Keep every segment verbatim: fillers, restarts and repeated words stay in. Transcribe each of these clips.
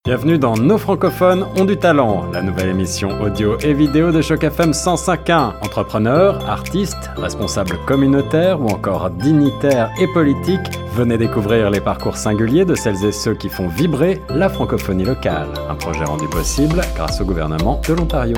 Bienvenue dans Nos francophones ont du talent, la nouvelle émission audio et vidéo de Choc F M cent cinq point un. Entrepreneurs, artistes, responsables communautaires ou encore dignitaires et politiques, venez découvrir les parcours singuliers de celles et ceux qui font vibrer la francophonie locale. Un projet rendu possible grâce au gouvernement de l'Ontario.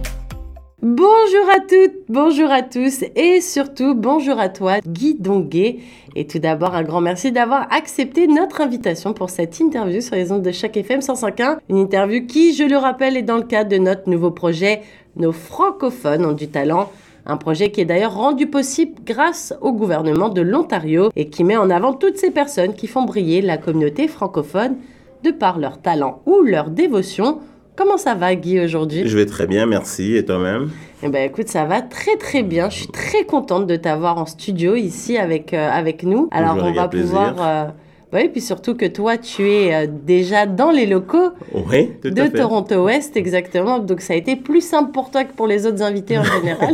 Bonjour à toutes, bonjour à tous et surtout bonjour à toi Guy Donguet. Et tout d'abord un grand merci d'avoir accepté notre invitation pour cette interview sur les ondes de Choc F M cent cinq point un. Une interview qui, je le rappelle, est dans le cadre de notre nouveau projet Nos francophones ont du talent. Un projet qui est d'ailleurs rendu possible grâce au gouvernement de l'Ontario et qui met en avant toutes ces personnes qui font briller la communauté francophone de par leur talent ou leur dévotion. Comment ça va, Guy, aujourd'hui? Je vais très bien, merci. Et toi-même? Eh ben, écoute, ça va très, très bien. Je suis très contente de t'avoir en studio ici avec, euh, avec nous. Alors, Toujours on va plaisir. pouvoir... Euh... Oui, puis surtout que toi, tu es euh, déjà dans les locaux oui, tout de à fait. Toronto Ouest, exactement. Donc, ça a été plus simple pour toi que pour les autres invités en général.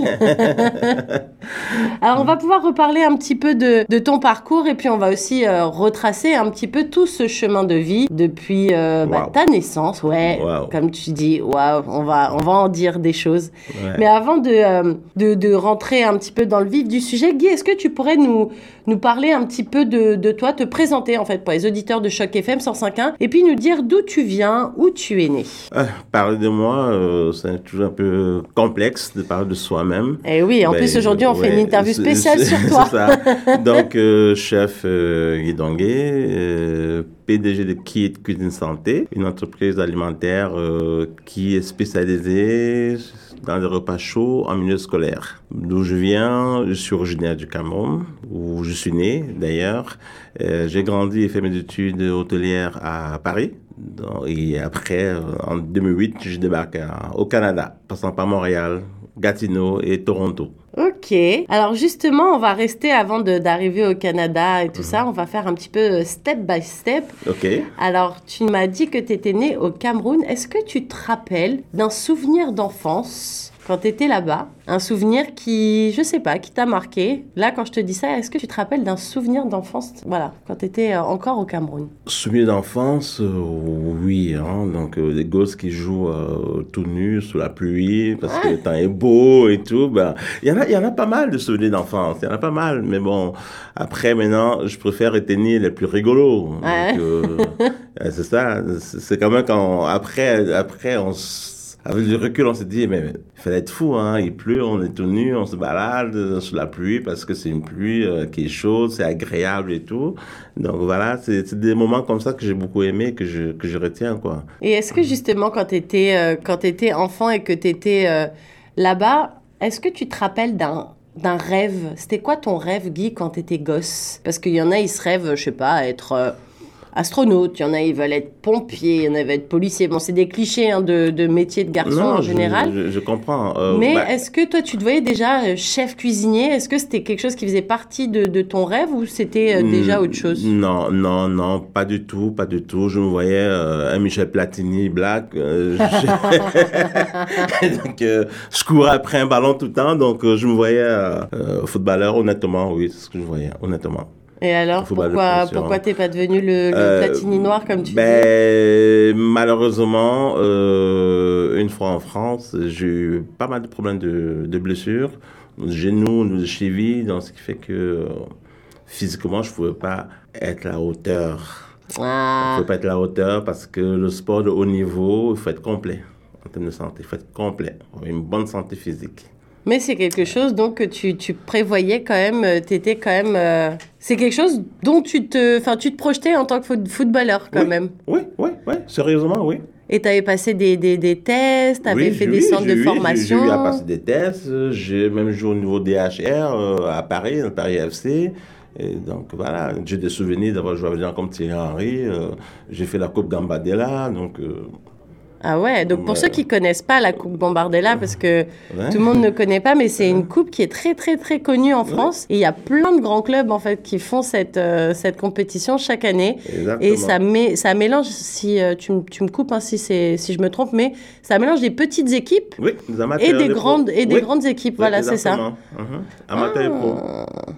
Alors, on va pouvoir reparler un petit peu de, de ton parcours et puis on va aussi euh, retracer un petit peu tout ce chemin de vie depuis euh, Wow. bah, ta naissance. Ouais, Wow. comme tu dis, waouh, on va, on va en dire des choses. Ouais. Mais avant de, euh, de, de rentrer un petit peu dans le vif du sujet, Guy, est-ce que tu pourrais nous, nous parler un petit peu de, de toi, te présenter en fait pour les auditeurs de Choc F M cent cinq point un et puis nous dire d'où tu viens, où tu es né. Ah, parler de moi, euh, c'est toujours un peu complexe de parler de soi-même. Et oui, en Ben, plus aujourd'hui on ouais, fait une interview c'est- spéciale c'est- sur toi. C'est ça. Donc, euh, chef euh, Guy Donguet, euh, P D G de Kit Cuisine Santé, une entreprise alimentaire euh, qui est spécialisée dans les repas chauds en milieu scolaire. D'où je viens, je suis originaire du Cameroun, où je suis né d'ailleurs. Euh, j'ai grandi et fait mes études hôtelières à Paris. Donc, et après, euh, en deux mille huit, je débarque à- au Canada, passant par Montréal, Gatineau et Toronto. Ok. Alors justement, on va rester avant de- d'arriver au Canada et tout ça. On va faire un petit peu step by step. OK. Alors, tu m'as dit que tu étais né au Cameroun. Est-ce que tu te rappelles d'un souvenir d'enfance quand tu étais là-bas? Un souvenir qui, je sais pas, qui t'a marqué. Là, quand je te dis ça, est-ce que tu te rappelles d'un souvenir d'enfance, voilà, quand tu étais encore au Cameroun? Souvenir d'enfance, euh, oui. Hein, donc, euh, des gosses qui jouent euh, tout nus sous la pluie parce que le temps est beau et tout. Ben, il y en a, il y en a pas mal de souvenirs d'enfance. Il y en a pas mal. Mais bon, après, maintenant, je préfère retenir les plus rigolos. Ouais. Donc, euh, c'est ça. C'est c'est quand même quand, après, après, on s- avec du recul, on s'est dit, mais il fallait être fou, hein. Il pleut, on est tout nu, on se balade euh, sous la pluie parce que c'est une pluie euh, qui est chaude, c'est agréable et tout. Donc voilà, c'est c'est des moments comme ça que j'ai beaucoup aimé, que je, que je retiens, quoi. Et est-ce que justement, quand tu étais, euh, quand t'étais enfant et que tu étais euh, là-bas, est-ce que tu te rappelles d'un d'un rêve? C'était quoi ton rêve, Guy, quand tu étais gosse? Parce qu'il y en a, ils se rêvent, je sais pas, à être euh, astronaute, il y en a, ils veulent être pompiers, il y en a, ils veulent être policiers. Bon, c'est des clichés hein, de, de métiers de garçon en je- général. Je, je comprends. Euh, Mais bah, est-ce que toi, tu te voyais déjà euh, chef cuisinier? Est-ce que c'était quelque chose qui faisait partie de, de ton rêve ou c'était euh, déjà Mm, autre chose? Non, non, non, pas du tout, pas du tout. Je me voyais euh, un Michel Platini black. euh, je... donc, euh, je courais après un ballon tout le temps, donc euh, je me voyais euh, euh, footballeur, honnêtement, oui, c'est ce que je voyais, honnêtement. Et alors, Football de pourquoi, profession. pourquoi t'es pas devenu le, le Euh, platini noir comme tu dis? ben, malheureusement, euh, une fois en France, j'ai eu pas mal de problèmes de, de blessures, de genoux, de cheville, donc ce qui fait que euh, physiquement, je pouvais pas être à la hauteur. Ah. Il faut pas être à la hauteur parce que le sport de haut niveau, il faut être complet en termes de santé. Il faut être complet, avoir une bonne santé physique. Mais c'est quelque chose donc que tu, tu prévoyais quand même, tu étais quand même... euh, c'est quelque chose dont tu te, enfin, tu te projetais en tant que foot- footballeur quand Oui. même. Oui, oui, oui, sérieusement, oui. Et tu avais passé des, des, des tests, tu avais Oui, fait j'ai- des oui, centres j'ai de eu- j'ai- formation. J'ai eu à passer des tests. euh, J'ai même joué au niveau D H R euh, à Paris, le Paris F C. Et donc voilà, j'ai des souvenirs d'avoir joué avec des gens comme Thierry Henry. euh, j'ai fait la Coupe Gambardella, donc... euh, Ah ouais, donc pour Ouais. ceux qui connaissent pas la Coupe Bombardella, parce que ouais. tout le monde ne connaît pas, mais c'est une coupe qui est très très très connue en France. Et il y a plein de grands clubs en fait qui font cette, euh, cette compétition chaque année. Exactement. Et ça, met, ça mélange, si euh, tu, m- tu me coupes hein, si, c'est- si je me trompe, mais ça mélange des petites équipes Oui, des amateurs et des, des grandes, pros. et des Oui. grandes équipes. Oui, Voilà, c'est ça. exactement. Mhm. Amateur et pro. Ah.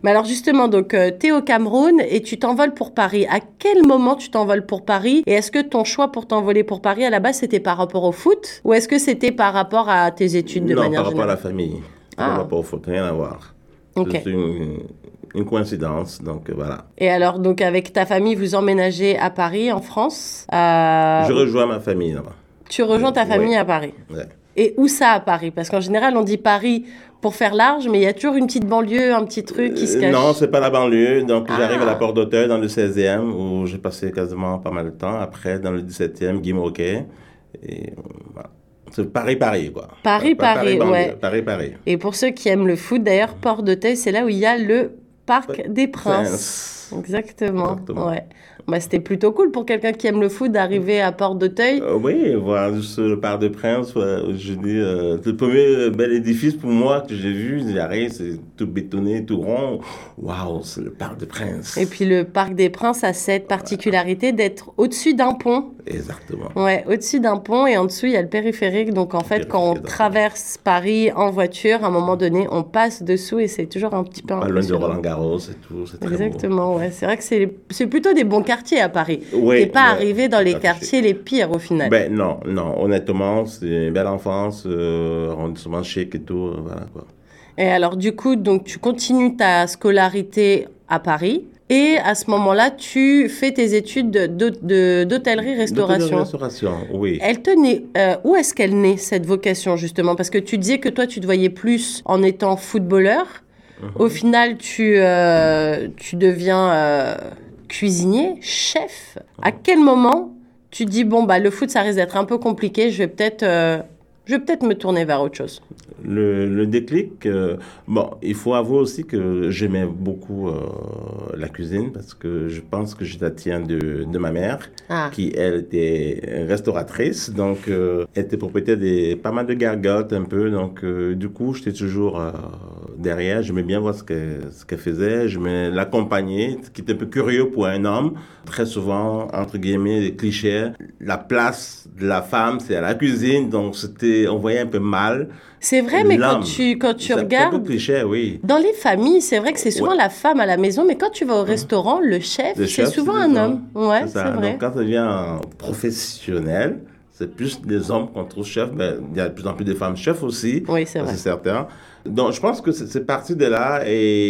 Mais alors justement, donc euh, tu es au Cameroun et tu t'envoles pour Paris. À quel moment tu t'envoles pour Paris? Et est-ce que ton choix pour t'envoler pour Paris, à la base, c'était par rapport au foot? Ou est-ce que c'était par rapport à tes études de non, manière par rapport générale? à la famille. Ah. Par rapport au foot, rien à voir. Ok. C'est une, une coïncidence, donc euh, voilà. Et alors, donc avec ta famille, vous emménagez à Paris, en France. Euh, Je rejoins ma famille là-bas. Tu rejoins ta famille Ouais. à Paris. Ouais. Et où ça à Paris? Parce qu'en général, on dit Paris pour faire large, mais il y a toujours une petite banlieue, un petit truc qui se Euh, cache. Non, c'est pas la banlieue. Donc, Ah. j'arrive à la Porte d'Auteuil dans le seizième, où j'ai passé quasiment pas mal de temps. Après, dans le dix-septième, Guy Moquet. Et euh, voilà. C'est Paris-Paris, quoi. Paris, Pas- pas Paris, banlieue. ouais. Paris-Paris. Et pour ceux qui aiment le foot, d'ailleurs, Porte d'Auteuil, c'est là où il y a le Parc des Princes. Prince. Exactement. Exactement. Ouais. Bah, c'était plutôt cool pour quelqu'un qui aime le foot d'arriver à Porte d'Auteuil. Euh, oui, voir juste le Parc des Princes, ouais, je dis, euh, c'est le premier bel édifice pour moi que j'ai vu. J'arrive, c'est tout bétonné, tout rond. Waouh, c'est le Parc des Princes. Et puis le Parc des Princes a cette particularité d'être au-dessus d'un pont. Exactement. Ouais, au-dessus d'un pont et en dessous, il y a le périphérique. Donc, en fait, quand on Périphérique, traverse Paris en voiture, à un moment donné, on passe dessous et c'est toujours un petit peu Pas loin de impressionnant. Roland Garros et tout, c'est très beau. Exactement, ouais. C'est vrai que c'est, c'est plutôt des bons quartiers à Paris. Oui, T'es pas ouais, arrivé dans les tout à fait. quartiers les pires au final. Ben non, non, honnêtement, c'est une belle enfance, euh, arrondissement chic et tout, euh, voilà quoi. Et alors, du coup, donc, tu continues ta scolarité à Paris. Et à ce moment-là, tu fais tes études de- de- de- d'hôtellerie-restauration. Restauration, oui. Elle te naît, euh, où est-ce qu'elle naît, cette vocation, justement? Parce que tu disais que toi, tu te voyais plus en étant footballeur. Au final, tu, euh, tu deviens euh, cuisinier, chef. À quel moment tu dis, bon, bah, le foot, ça risque d'être un peu compliqué, je vais peut-être euh, je vais peut-être me tourner vers autre chose? Le, le déclic, euh, bon, il faut avouer aussi que j'aimais beaucoup euh, la cuisine parce que je pense que je la tiens de, de ma mère, Ah. qui, elle, était restauratrice. Donc, euh, elle était propriétaire de pas mal de gargotes un peu. Donc, euh, du coup, j'étais toujours euh, derrière. J'aimais bien voir ce qu'elle ce qu'elle faisait. Je me l'accompagnais, ce qui était un peu curieux pour un homme. Très souvent, entre guillemets, les clichés, la place de la femme, c'est à la cuisine. Donc, c'était, on voyait un peu mal. C'est vrai, mais quand l'homme. tu, quand tu C'est un peu regardes, cliché, oui. dans les familles, c'est vrai que c'est souvent Ouais. la femme à la maison, mais quand tu vas au restaurant, le chef, Le c'est chef, souvent c'est un des homme. hommes. Ouais, C'est c'est ça. vrai. Donc, quand ça devient professionnel, c'est plus des hommes qu'on trouve chefs. Ben, il y a de plus en plus de femmes chefs aussi. Oui, c'est Ça, vrai. c'est certain. Donc, je pense que c'est c'est parti de là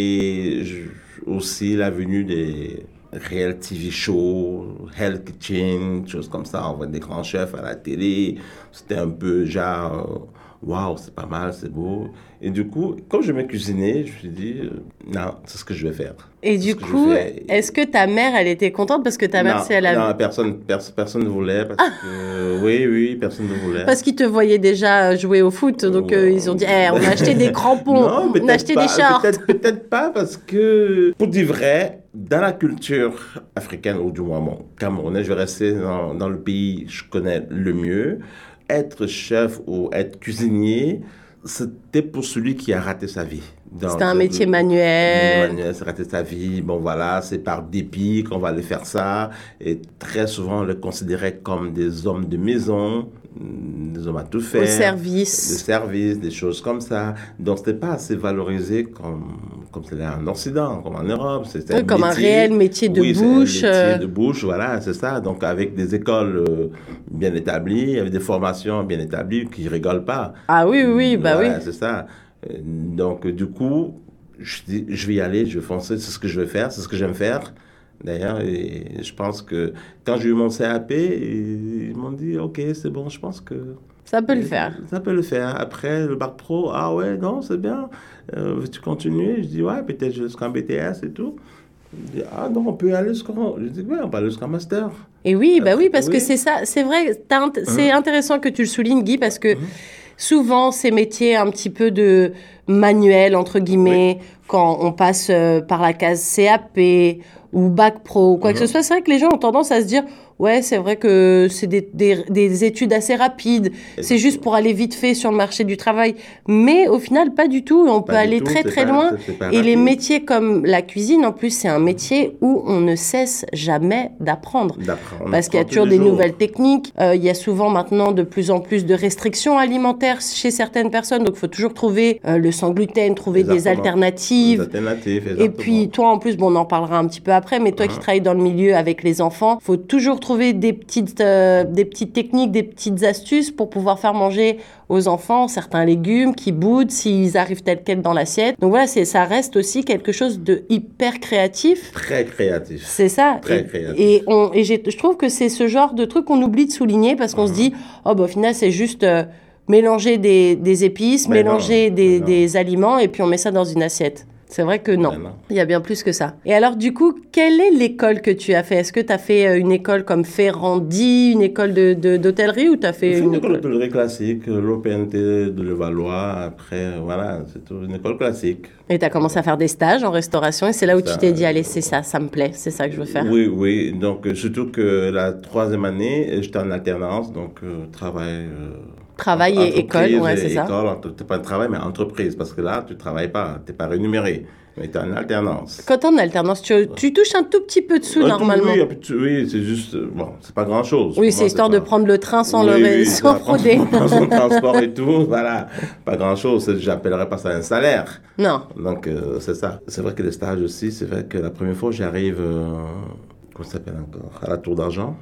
et je- aussi la venue des réel T V shows, Hell Kitchen, choses comme ça. On voit des grands chefs à la télé. C'était un peu genre, euh, waouh, c'est pas mal, c'est beau. Et du coup, comme je me cuisinais, je me suis dit, euh, non, c'est ce que je vais faire. Et C'est du ce que je coup, fais. est-ce que ta mère, elle était contente parce que ta mère, non, si elle a... non, personne, pers- personne ne voulait parce que, oui, oui, personne ne voulait. Parce qu'ils te voyaient déjà jouer au foot, donc euh, ils ont dit, eh, on a acheté des crampons, Non, on peut-être a acheté pas, des shorts. Peut-être, peut-être pas parce que, pour dire vrai, dans la culture africaine, ou du moins bon, camerounaise, je vais rester dans, dans le pays que je connais le mieux. Être chef ou être cuisinier, c'était pour celui qui a raté sa vie. Donc, C'était un métier manuel. Manuel, c'est raté sa vie. Bon, voilà, c'est par dépit qu'on va aller faire ça. Et très souvent, on le considérait comme des hommes de maison, des hommes à tout faire. Au Des service. services, des choses comme ça. Donc, c'était pas assez valorisé comme, comme c'est là en Occident, comme en Europe. C'était Oui, comme un réel métier de oui, c'est bouche, un euh. métier de bouche, voilà, c'est ça. Donc, avec des écoles euh, bien établies, avec des formations bien établies qui rigolent pas. Ah oui, oui, oui, bah Voilà, oui. c'est ça. Euh, Donc, du coup, je dis, je vais y aller, je vais foncer, c'est ce que je veux faire, c'est ce que j'aime faire. D'ailleurs, et je pense que quand j'ai eu mon C A P, ils m'ont dit, OK, c'est bon, je pense que... Ça peut le faire. Ça peut le faire. Après, le bac pro, ah ouais, non, c'est bien. Euh, veux-tu continuer? Je dis, ouais, peut-être jusqu'en B T S et tout. Je dis, ah non, on peut aller jusqu'en... Je dis, ouais, on peut aller jusqu'en master. Et oui, bah oui, parce que Oui. c'est ça, c'est vrai, t'as int- c'est intéressant que tu le soulignes, Guy, parce que souvent, ces métiers un petit peu de manuel, entre guillemets, quand on passe euh, par la case C A P ou bac pro ou quoi que ce soit, c'est vrai que les gens ont tendance à se dire, ouais, c'est vrai que c'est des, des, des études assez rapides, c'est juste pour aller vite fait sur le marché du travail. Mais au final, pas du tout. On peut Pas du aller tout, très c'est très pas- loin. c'est- c'est pas Et les rapide. métiers comme la cuisine, en plus, c'est un métier où on ne cesse jamais d'apprendre. D'apprendre. Parce qu'il y a On apprend toujours tous des les jours. nouvelles techniques. Euh, il y a souvent maintenant de plus en plus de restrictions alimentaires chez certaines personnes. Donc, il faut toujours trouver euh, le sans gluten, trouver des Exactement. alternatives. Des alternatives, Et exactement. puis, toi, en plus, bon, on en parlera un petit peu après, mais toi qui travailles dans le milieu avec les enfants, faut toujours trouver des petites, euh, des petites techniques, des petites astuces pour pouvoir faire manger aux enfants certains légumes qui boudent s'ils arrivent tels quels dans l'assiette. Donc voilà, c'est, ça reste aussi quelque chose de hyper créatif. Très créatif. C'est ça. Très et, créatif. et, on, et j'ai- je trouve que c'est ce genre de truc qu'on oublie de souligner parce qu'on se dit, oh, bah, au final, c'est juste euh, mélanger des, des épices, Mais mélanger non, des, mais non. des aliments et puis on met ça dans une assiette. C'est vrai que non. Mais non. Il y a bien plus que ça. Et alors, du coup, quelle est l'école que tu as fait? Est-ce que tu as fait euh, une école comme Ferrandi, une école de, de- d'hôtellerie ou tu as fait C'est une une école école... d'hôtellerie classique, l'O P N T de Levallois. Après, voilà, c'est tout, une école classique. Et tu as commencé à faire des stages en restauration et c'est là où Ça, tu t'es dit, allez, c'est ça, ça me plaît, c'est ça que je veux faire. Oui, oui. Donc, euh, surtout que la troisième année, euh, j'étais en alternance, donc euh, travail. euh, Travail et école, entreprise ouais, et c'est ça. école, entre- t'es pas de travail, mais entreprise, parce que là, tu travailles pas, tu n'es pas rémunéré, mais tu es en alternance. Quand tu es en alternance, tu, tu touches un tout petit peu de sous Un tout- normalement. Oui, un petit- oui, c'est juste, euh, bon, c'est pas grand-chose. Oui, Pour c'est moi, histoire de pas- prendre le train sans, Oui, le, ré- oui, sans ça, frauder. prendre son transport et tout, voilà, pas grand-chose. C'est- J'appellerais pas ça un salaire. Non. Donc, euh, c'est ça. C'est vrai que les stages aussi, c'est vrai que la première fois, j'arrive, euh, comment ça s'appelle encore, à la Tour d'Argent.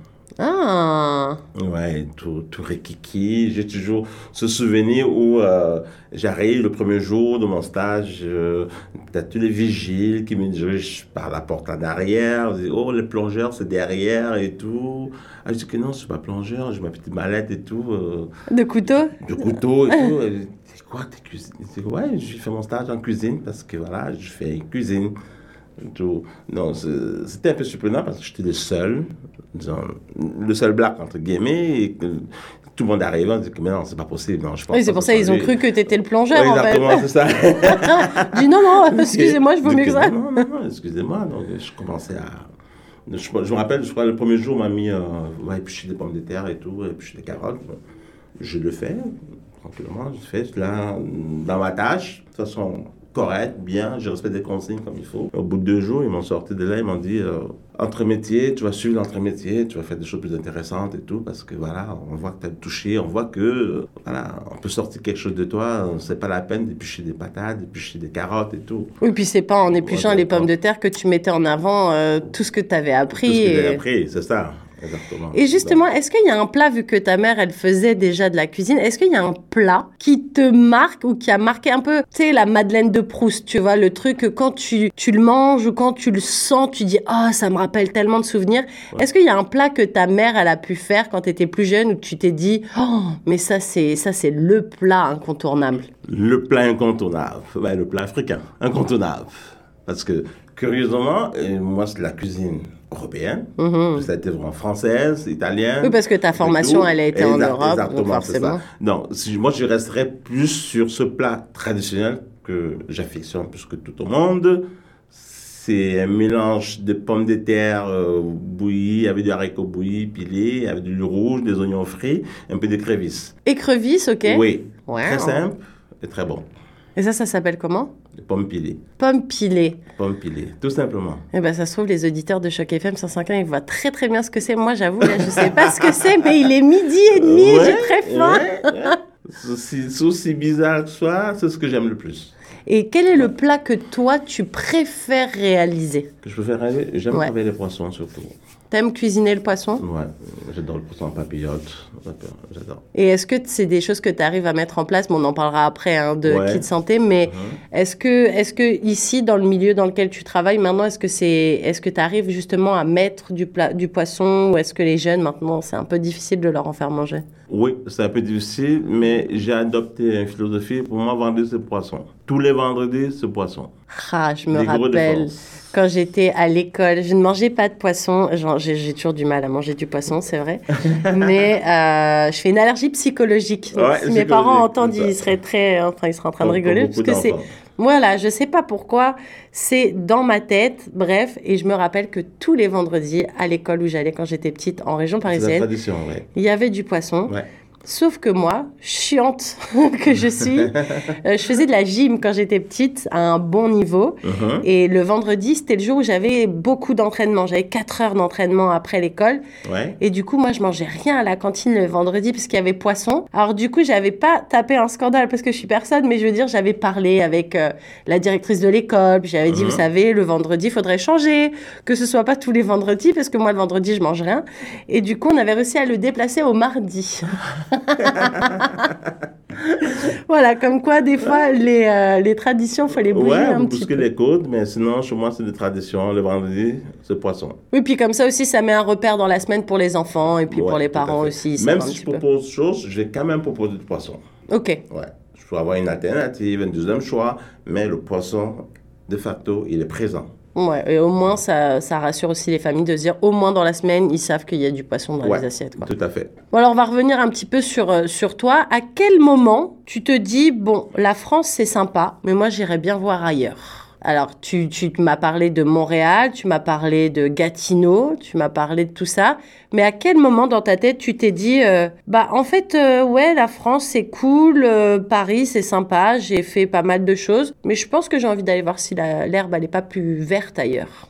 Ah, Ouais, tout, tout rikiki. J'ai toujours ce souvenir où euh, j'arrive le premier jour de mon stage, euh, t'as tous les vigiles qui me dirigent par la porte en arrière. Ils disent, oh, les plongeurs, c'est derrière et tout. Ah, je dis que non, je suis pas plongeur, j'ai ma petite mallette et tout, euh, de couteau. de couteau et tout. Et je dis, c'est quoi, t'es cuisine? Je dis, ouais, j'ai fait mon stage en cuisine parce que voilà, je fais une cuisine. Tout. Non, c'est- c'était un peu surprenant parce que j'étais le seul, disons, le seul black entre guillemets, et que tout le monde arrivait, on dit que mais non, c'est pas possible. Non, je pense Oui, c'est pas pour que ça qu'ils ont lui. cru que tu étais le plongeur Ouais, en fait. exactement, c'est ça. Je dis non, non, excusez-moi, je vaux Donc, mieux que ça. Non, non, non, excusez-moi. Donc, je commençais à. Je, je me rappelle, je crois, le premier jour, on m'a mis euh, ouais, éplucher des pommes de terre et tout, éplucher des carottes. Je le fais, tranquillement, je fais là, dans ma tâche, de façon correcte, bien, je respecte les consignes comme il faut. Au bout de deux jours, ils m'ont sorti de là, ils m'ont dit euh, entre-métier, tu vas suivre l'entre-métier, tu vas faire des choses plus intéressantes et tout, parce que voilà, on voit que tu as touché, on voit que, euh, voilà, on peut sortir quelque chose de toi, c'est pas la peine d'éplucher des patates, d'éplucher des carottes et tout. Oui, puis c'est pas en épluchant Ouais, les pommes d'accord. de terre que tu mettais en avant euh, tout ce que tu avais appris. Tout ce que et- j'ai appris, c'est ça, exactement. Et justement, est-ce qu'il y a un plat, vu que ta mère, elle faisait déjà de la cuisine, est-ce qu'il y a un plat qui te marque ou qui a marqué un peu, tu sais, la Madeleine de Proust, tu vois, le truc que quand tu, tu le manges ou quand tu le sens, tu dis « Ah, ça me rappelle tellement de souvenirs Ouais. Est-ce qu'il y a un plat que ta mère, elle a pu faire quand tu étais plus jeune où tu t'es dit « Oh, mais ça, c'est ça c'est le plat incontournable Le plat incontournable, ben, le plat africain, incontournable. Parce que, curieusement, euh, moi, c'est de la cuisine européenne. Mhm. Ça a été vraiment française, italienne. Oui, parce que ta formation, et tout. elle a été en Exact- Europe, donc Exactement, c'est forcément. ça. Non, si, moi, je resterais plus sur ce plat traditionnel que j'affectionne plus que tout au monde. C'est un mélange de pommes de terre euh, bouillies, avec du haricot bouilli, pilé, avec du rouge, des oignons frits, un peu d'écrevisses. ». Écrevisse, ok. Oui, Wow. très simple et très bon. Et ça, ça s'appelle comment? Des pommes pilées. Pommes pilées. Pommes pilées, tout simplement. Eh ben, ça se trouve, les auditeurs de Choc F M cent cinq ans, ils voient très très bien ce que c'est. Moi, j'avoue, là, je sais pas ce que c'est, mais il est midi et demi, Ouais, j'ai très faim. ouais, ouais. C'est c'est aussi bizarre que ce soit, c'est ce que j'aime le plus. Et quel est le plat que toi, tu préfères réaliser? Que je peux faire rêver, j'aime Ouais. travailler les poissons surtout. T'aimes cuisiner le poisson? Ouais, j'adore le poisson en papillote, j'adore. Et est-ce que c'est des choses que tu arrives à mettre en place? Bon, on en parlera après hein, de Ouais. kit santé, mais Mhm. est-ce que, est-ce que ici, dans le milieu dans lequel tu travailles maintenant, est-ce que c'est, est-ce que tu arrives justement à mettre du, pla- du poisson ou est-ce que les jeunes maintenant, c'est un peu difficile de leur en faire manger? Oui, c'est un peu difficile, mais j'ai adopté une philosophie. Pour moi, vendredi, c'est poisson. Tous les vendredis, c'est poisson. Ah, je me Des gros rappelle. défenses. Quand j'étais à l'école, je ne mangeais pas de poisson. Genre, j'ai, j'ai toujours du mal à manger du poisson, c'est vrai. Mais euh, je fais une allergie psychologique. Donc, Ouais, si mes psychologique, parents entendent, c'est ça. ils seraient très, enfin, ils seraient en train de Comme- rigoler comme parce beaucoup que c'est, d'enfants. Voilà, je sais pas pourquoi, c'est dans ma tête, bref, et je me rappelle que tous les vendredis, à l'école où j'allais quand j'étais petite, en région C'est la parisienne, tradition, ouais. il y avait du poisson. Ouais. Sauf que moi, chiante que je suis, euh, je faisais de la gym quand j'étais petite à un bon niveau. Mhm. Et le vendredi, c'était le jour où j'avais beaucoup d'entraînement. J'avais quatre heures d'entraînement après l'école. Ouais. Et du coup, moi, je mangeais rien à la cantine le vendredi parce qu'il y avait poisson. Alors du coup, j'avais pas tapé un scandale parce que je suis personne, mais je veux dire, j'avais parlé avec euh, la directrice de l'école. Puis j'avais dit, Mhm. vous savez, le vendredi, il faudrait changer, que ce soit pas tous les vendredis parce que moi, le vendredi, je mange rien. Et du coup, on avait réussi à le déplacer au mardi. Voilà, comme quoi, des fois, les, euh, les traditions, il faut les bouger Ouais, un vous petit bousculez peu. les codes, mais sinon, chez moi, c'est des traditions. Le vendredi, c'est poisson. Oui, puis comme ça aussi, ça met un repère dans la semaine pour les enfants et puis Ouais, pour les tout à parents fait. aussi. Ça Même va un si je petit peu. propose chose, je vais quand même proposer du poisson. Ok. Ouais. Je peux avoir une alternative, un deuxième choix, mais le poisson, de facto, il est présent. Ouais, et au moins, ça, ça rassure aussi les familles de se dire, au moins dans la semaine, ils savent qu'il y a du poisson dans Ouais, les assiettes, quoi. tout à fait. Bon, alors, on va revenir un petit peu sur, euh, sur toi. À quel moment tu te dis, bon, la France, c'est sympa, mais moi, j'irais bien voir ailleurs? Alors, tu, tu m'as parlé de Montréal, tu m'as parlé de Gatineau, tu m'as parlé de tout ça. Mais à quel moment dans ta tête tu t'es dit, euh, bah en fait, euh, ouais, la France c'est cool, euh, Paris c'est sympa, j'ai fait pas mal de choses, mais je pense que j'ai envie d'aller voir si la- l'herbe elle est pas plus verte ailleurs.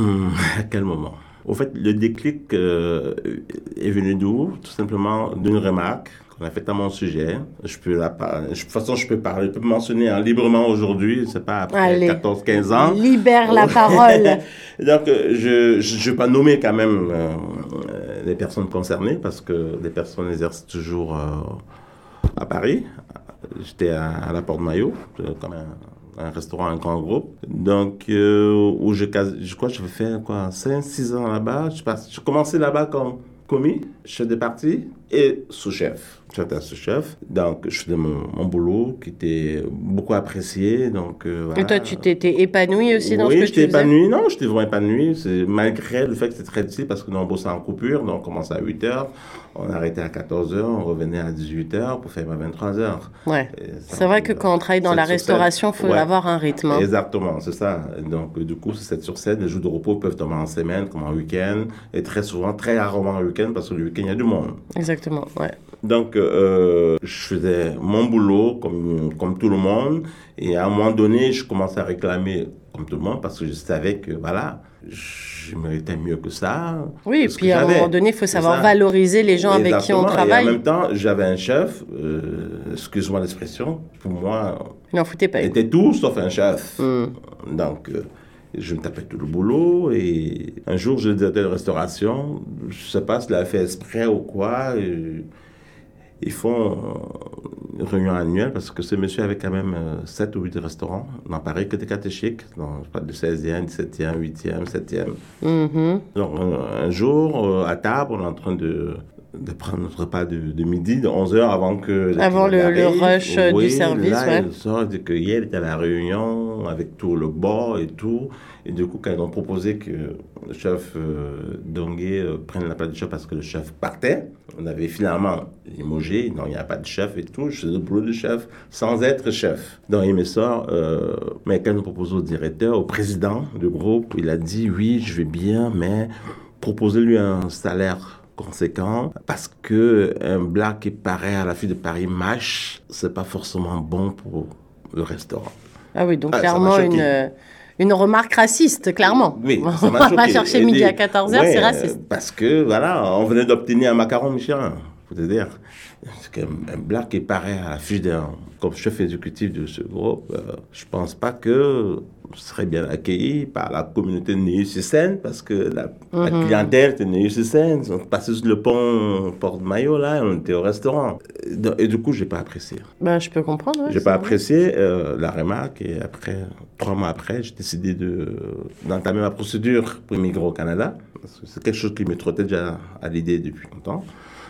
À quel moment? Au fait, le déclic euh, est venu d'où? Tout simplement d'une remarque qu'on a faite à mon sujet. Je peux la par- De toute façon, je peux parler, je peux mentionner hein, librement aujourd'hui, c'est pas après Allez. quatorze quinze ans. Libère la parole. Donc, euh, je ne vais pas nommer quand même euh, euh, les personnes concernées parce que les personnes exercent toujours euh, à Paris. J'étais à, à la Porte-Maillot, euh, comme un, un restaurant, un grand groupe. Donc, euh, où je, quasi- je crois que je vais faire quoi, cinq six ans là-bas. Je, passe- je commençais là-bas comme commis, chef de parti et sous-chef. J'étais sous-chef. Donc, je faisais mon, mon boulot qui était beaucoup apprécié. Donc, euh, voilà. Et toi, tu t'étais épanoui aussi dans Oui, ce que tu j'étais faisais? épanoui. Non, j'étais vraiment épanoui. C'est, malgré le fait que c'était très difficile parce que nous, on bossait en coupure. Donc, on commençait à huit heures. On arrêtait à quatorze heures. On revenait à dix-huit heures pour faire à vingt-trois heures. Ouais. Et ça, C'est vrai que quand on travaille dans sept la sur sept. restauration, il faut Ouais. avoir un rythme. Hein. Exactement, c'est ça. Donc, du coup, c'est sept sur sept. Les jours de repos peuvent tomber en semaine, comme en week-end. Et très souvent, très rarement en week-end parce que le week-end, il y a du monde. Exactement, ouais. Donc, euh, je faisais mon boulot comme, comme tout le monde. Et à un moment donné, je commençais à réclamer comme tout le monde parce que je savais que, voilà, je méritais mieux que ça. Oui, et que ce puis que à un j'avais. moment donné, il faut C'est savoir ça. valoriser les gens avec qui on Exactement. travaille. Et en même temps, j'avais un chef, euh, excuse-moi l'expression, pour moi, Il n'en foutait pas. il était tout sauf un chef. Hmm. Donc, euh, je me tapais tout le boulot et un jour, je disais de restauration, je sais pas s'il a fait exprès ou quoi, et ils font euh, une réunion annuelle parce que ce monsieur avait quand même euh, sept ou huit restaurants dans Paris que des catéchiques, dans pas de seizième, dix-septième, huitième, septième. Mhm. Donc, un, un jour, euh, à table, on est en train de, de prendre notre repas de, de midi, de onze heures avant que... Avant le- le arrive. rush, euh, du Oui, service, là, ouais. il sort, il dit que hier, il était à la réunion avec tout le bord et tout. Et du coup, quand ils ont proposé que le chef euh, Dongué euh, prenne la place du chef parce que le chef partait, on avait finalement limogé, non, il n'y a pas de chef et tout, je faisais le boulot de chef sans être chef. Donc, il me sort, euh, mais quand nous proposons au directeur, au président du groupe, il a dit, oui, je vais bien, mais proposez-lui un salaire conséquent parce que un black qui paraît à la fille de Paris mâche, c'est pas forcément bon pour le restaurant. Ah oui, donc Ah, ça clairement m'a choqué. une, euh, une remarque raciste, clairement. Oui, On ça m'a va choqué. pas chercher Et midi dit, à quatorze heures, ouais, c'est raciste. euh, Parce que, voilà, on venait d'obtenir un macaron Michelin, faut te dire. C'est qu'un un black qui paraît à la fiche d'un... Comme chef exécutif de ce groupe, euh, je pense pas que je serais bien accueilli par la communauté de Neuilly-sur-Seine parce que la, la Mhm. clientèle de Neuilly-sur-Seine, on passait sur le pont Porte-Maillot, là, et on était au restaurant. Et, donc- et du coup, j'ai pas apprécié. Ben, je peux comprendre. ouais, J'ai c'est pas vrai. apprécié euh, la remarque et après, trois mois après, j'ai décidé de, d'entamer ma procédure pour immigrer au Canada. Parce que c'est quelque chose qui me trottait déjà à l'idée depuis longtemps.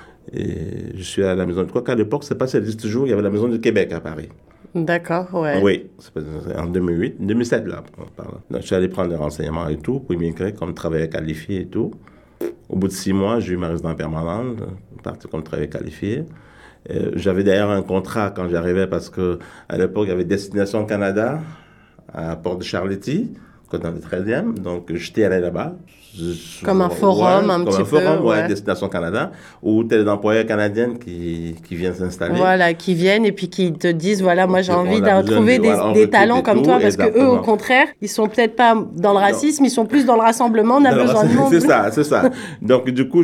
Et je suis à la maison de quoi qu'à l'époque, c'est pas si elle existe toujours, il y avait la maison du Québec à Paris. D'accord, ouais. Oui, c'est pas- en deux mille huit, deux mille sept là. On parle. Donc je suis allé prendre des renseignements et tout pour immigrer comme travailleur qualifié et tout. Au bout de six mois, j'ai eu ma résidence permanente, parti comme travailleur qualifié. Euh, j'avais d'ailleurs un contrat quand j'arrivais parce que à l'époque il y avait Destination Canada à Port de Charletti, dans le treizième. Donc, j'étais allé là-bas. Je, comme un forum, ouais, un comme petit un forum, peu. Ouais, Ouais. Destination Canada, où tu as des employeurs canadiens qui, qui viennent s'installer. Voilà, qui viennent et puis qui te disent, voilà, moi j'ai On envie a de retrouver de, des, voilà, des talents comme tout, toi, parce exactement. que eux, au contraire, ils sont peut-être pas dans le racisme, non. Ils sont plus dans le rassemblement, on a dans besoin de monde. C'est ça, c'est ça. Donc, du coup,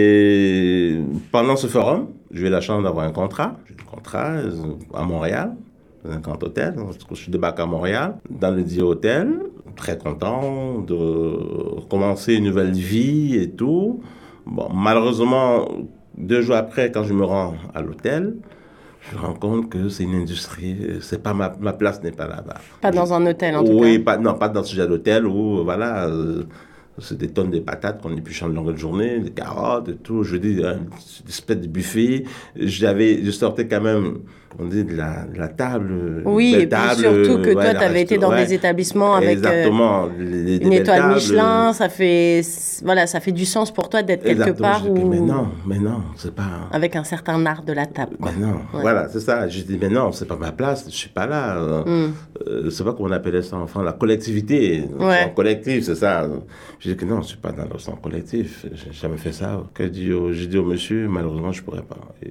j'ai, pendant ce forum, j'ai eu la chance d'avoir un contrat. J'ai eu un contrat à Montréal, dans un grand hôtel. Donc, je suis débarqué à Montréal, dans le dit hôtel. Très content de commencer une nouvelle vie et tout. Bon, malheureusement, deux jours après, quand je me rends à l'hôtel, je me rends compte que c'est une industrie, c'est pas ma, ma place n'est pas là-bas. Pas dans un hôtel, en tout oui, cas. Oui, pas, non, pas dans ce genre d'hôtel où, voilà, euh, c'est des tonnes de patates qu'on épluche en longue journée, des carottes et tout. Je dis, une espèce de buffet. J'avais, je sortais quand même, on dit, de la, de la table. Oui, et table, puis surtout que ouais, toi, tu avais été dans ouais. des établissements avec Exactement, euh, les, les, une étoile tables. Michelin. Ça fait, voilà, ça fait du sens pour toi d'être quelque part où... où... Mais non, mais non, c'est pas... Avec un certain art de la table. Quoi. Mais non, ouais. Voilà, c'est ça. J'ai dit, mais non, c'est pas ma place, je suis pas là. Mm. Euh, c'est pas comment on appelait ça, enfin, la collectivité. Ouais. Le collectif, c'est ça. J'ai dit que non, je suis pas dans le centre collectif. J'ai jamais fait ça. J'ai dit, au, dit au monsieur, malheureusement, je pourrais pas. Et,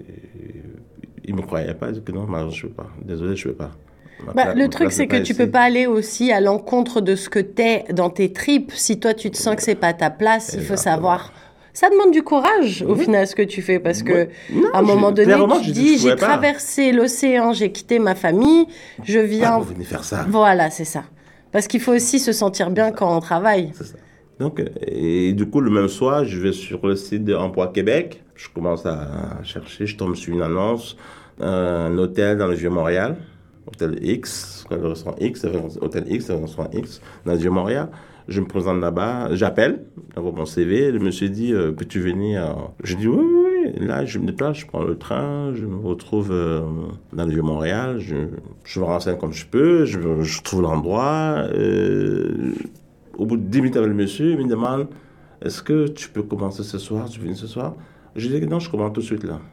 il me croyait pas, il dit que non, malheureusement, je peux pas. Désolé, je peux pas. Bah, place, le truc, c'est que tu ici. peux pas aller aussi à l'encontre de ce que t'es dans tes tripes. Si toi, tu te sens que c'est pas ta place, Exactement. Il faut savoir... Ça demande du courage, au oui. final, ce que tu fais, parce que non, à un moment donné, tu dis, j'ai traversé l'océan, j'ai quitté ma famille, je viens... Ah, vous venez faire ça. Voilà, c'est ça. Parce qu'il faut aussi se sentir bien quand on travaille. C'est ça. Donc, et du coup, le même soir, je vais sur le site d'Emploi Québec, je commence à chercher, je tombe sur une annonce, un hôtel dans le Vieux-Montréal, hôtel X, le restaurant X, hôtel X, le restaurant X, dans le Vieux-Montréal. Je me présente là-bas, j'appelle, j'envoie mon C V, le monsieur dit, euh, peux-tu venir? Je dis, oui, oui, oui. Là, je me déplace, je prends le train, je me retrouve euh, dans le Vieux-Montréal, je, je me renseigne comme je peux, je, je trouve l'endroit. Euh, au bout de dix minutes avec le monsieur, il me demande, est-ce que tu peux commencer ce soir? Tu viens ce soir? Je dis, non, je commence tout de suite là.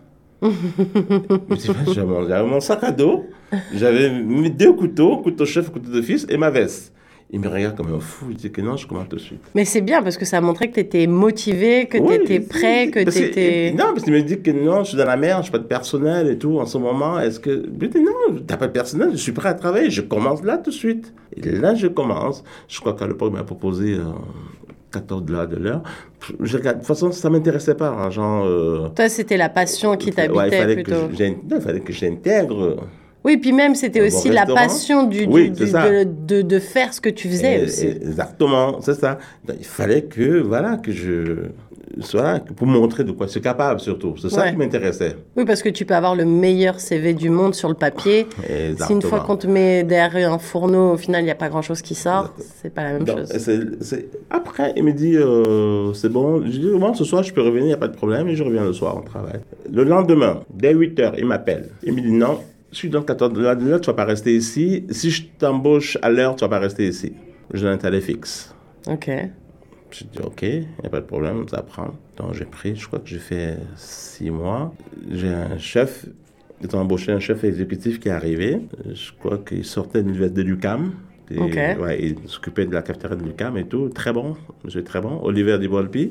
J'avais mon, j'avais mon sac à dos, j'avais mis deux couteaux, couteau chef, couteau de fils et ma veste. Il me regarde comme un fou, il dit que non, je commence tout de suite. Mais c'est bien parce que ça a montré que tu étais motivé, que oui, tu étais prêt, que tu étais... Non, parce qu'il me dit que non, je suis dans la merde, je n'ai pas de personnel et tout en ce moment. Est-ce que... Je dis non, tu n'as pas de personnel, je suis prêt à travailler, je commence là tout de suite. Et là, je commence. Je crois qu'à l'époque, il m'a proposé... Euh, quatorze dollars de l'heure. Je regarde, de toute façon, ça ne m'intéressait pas. Hein, genre, euh, Toi, c'était la passion qui t'habitait ouais, il fallait plutôt. Que non, il fallait que j'intègre. Oui, puis même, c'était aussi bon la passion du, oui, du, du, de, de, de faire ce que tu faisais et, aussi. Exactement, c'est ça. Donc, il fallait que, voilà, que je... Voilà, pour montrer de quoi je suis capable, surtout. C'est ça ouais. qui m'intéressait. Oui, parce que tu peux avoir le meilleur C V du monde sur le papier. Exactement. Si une fois qu'on te met derrière un fourneau, au final, il n'y a pas grand-chose qui sort, Exactement. C'est pas la même Donc, chose. C'est, c'est... Après, il me dit, euh, c'est bon. Je dis, bon, ce soir, je peux revenir, il n'y a pas de problème. Et je reviens le soir, on travaille. Le lendemain, dès huit heures, il m'appelle. Il me dit, non, je suis dans quatorze heures, tu ne vas pas rester ici. Si je t'embauche à l'heure, tu ne vas pas rester ici. Je n'ai un télé fixe. OK. Je dis, OK, il n'y a pas de problème, ça prend. Donc, j'ai pris, je crois que j'ai fait six mois. J'ai un chef, ils ont embauché un chef exécutif qui est arrivé. Je crois qu'il sortait de l'université de l'U Q A M. Et, okay. ouais, il s'occupait de la cafétéria de l'U Q A M et tout. Très bon, monsieur très bon. Olivier Dibolpi,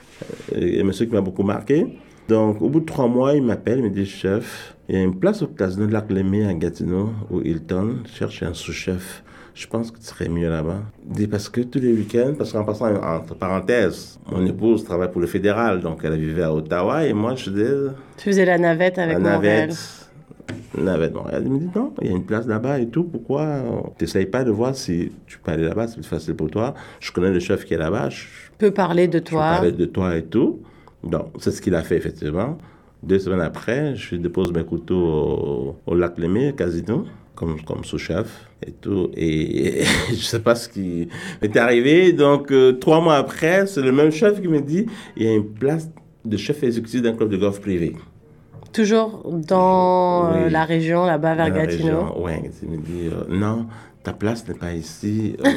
et monsieur qui m'a beaucoup marqué. Donc, au bout de trois mois, il m'appelle, il me dit, chef, il y a une place au casino de Lac-Lémé à Gatineau, au Hilton, cherche un sous-chef. Je pense que tu serais mieux là-bas. Parce que tous les week-ends, parce qu'en passant, entre parenthèses, mon épouse travaille pour le fédéral, donc elle vivait à Ottawa, et moi, je faisais... Tu faisais la navette avec la Montréal. La navette Montréal. Elle me dit, non, il y a une place là-bas et tout, pourquoi tu n'essayes pas de voir si tu peux aller là-bas, c'est plus facile pour toi. Je connais le chef qui est là-bas. Je peux parler de toi. Je peux parler de toi et tout. Donc, c'est ce qu'il a fait, effectivement. Deux semaines après, je dépose mes couteaux au, au Lac-Lémé, casino, comme, comme sous-chef et tout. Et, et je ne sais pas ce qui m'est arrivé. Donc, euh, trois mois après, c'est le même chef qui me dit, il y a une place de chef exécutif d'un club de golf privé. Toujours dans oui. euh, la région, là-bas, vers dans Gatineau. Oui, il me dit, euh, non, ta place n'est pas ici. Euh...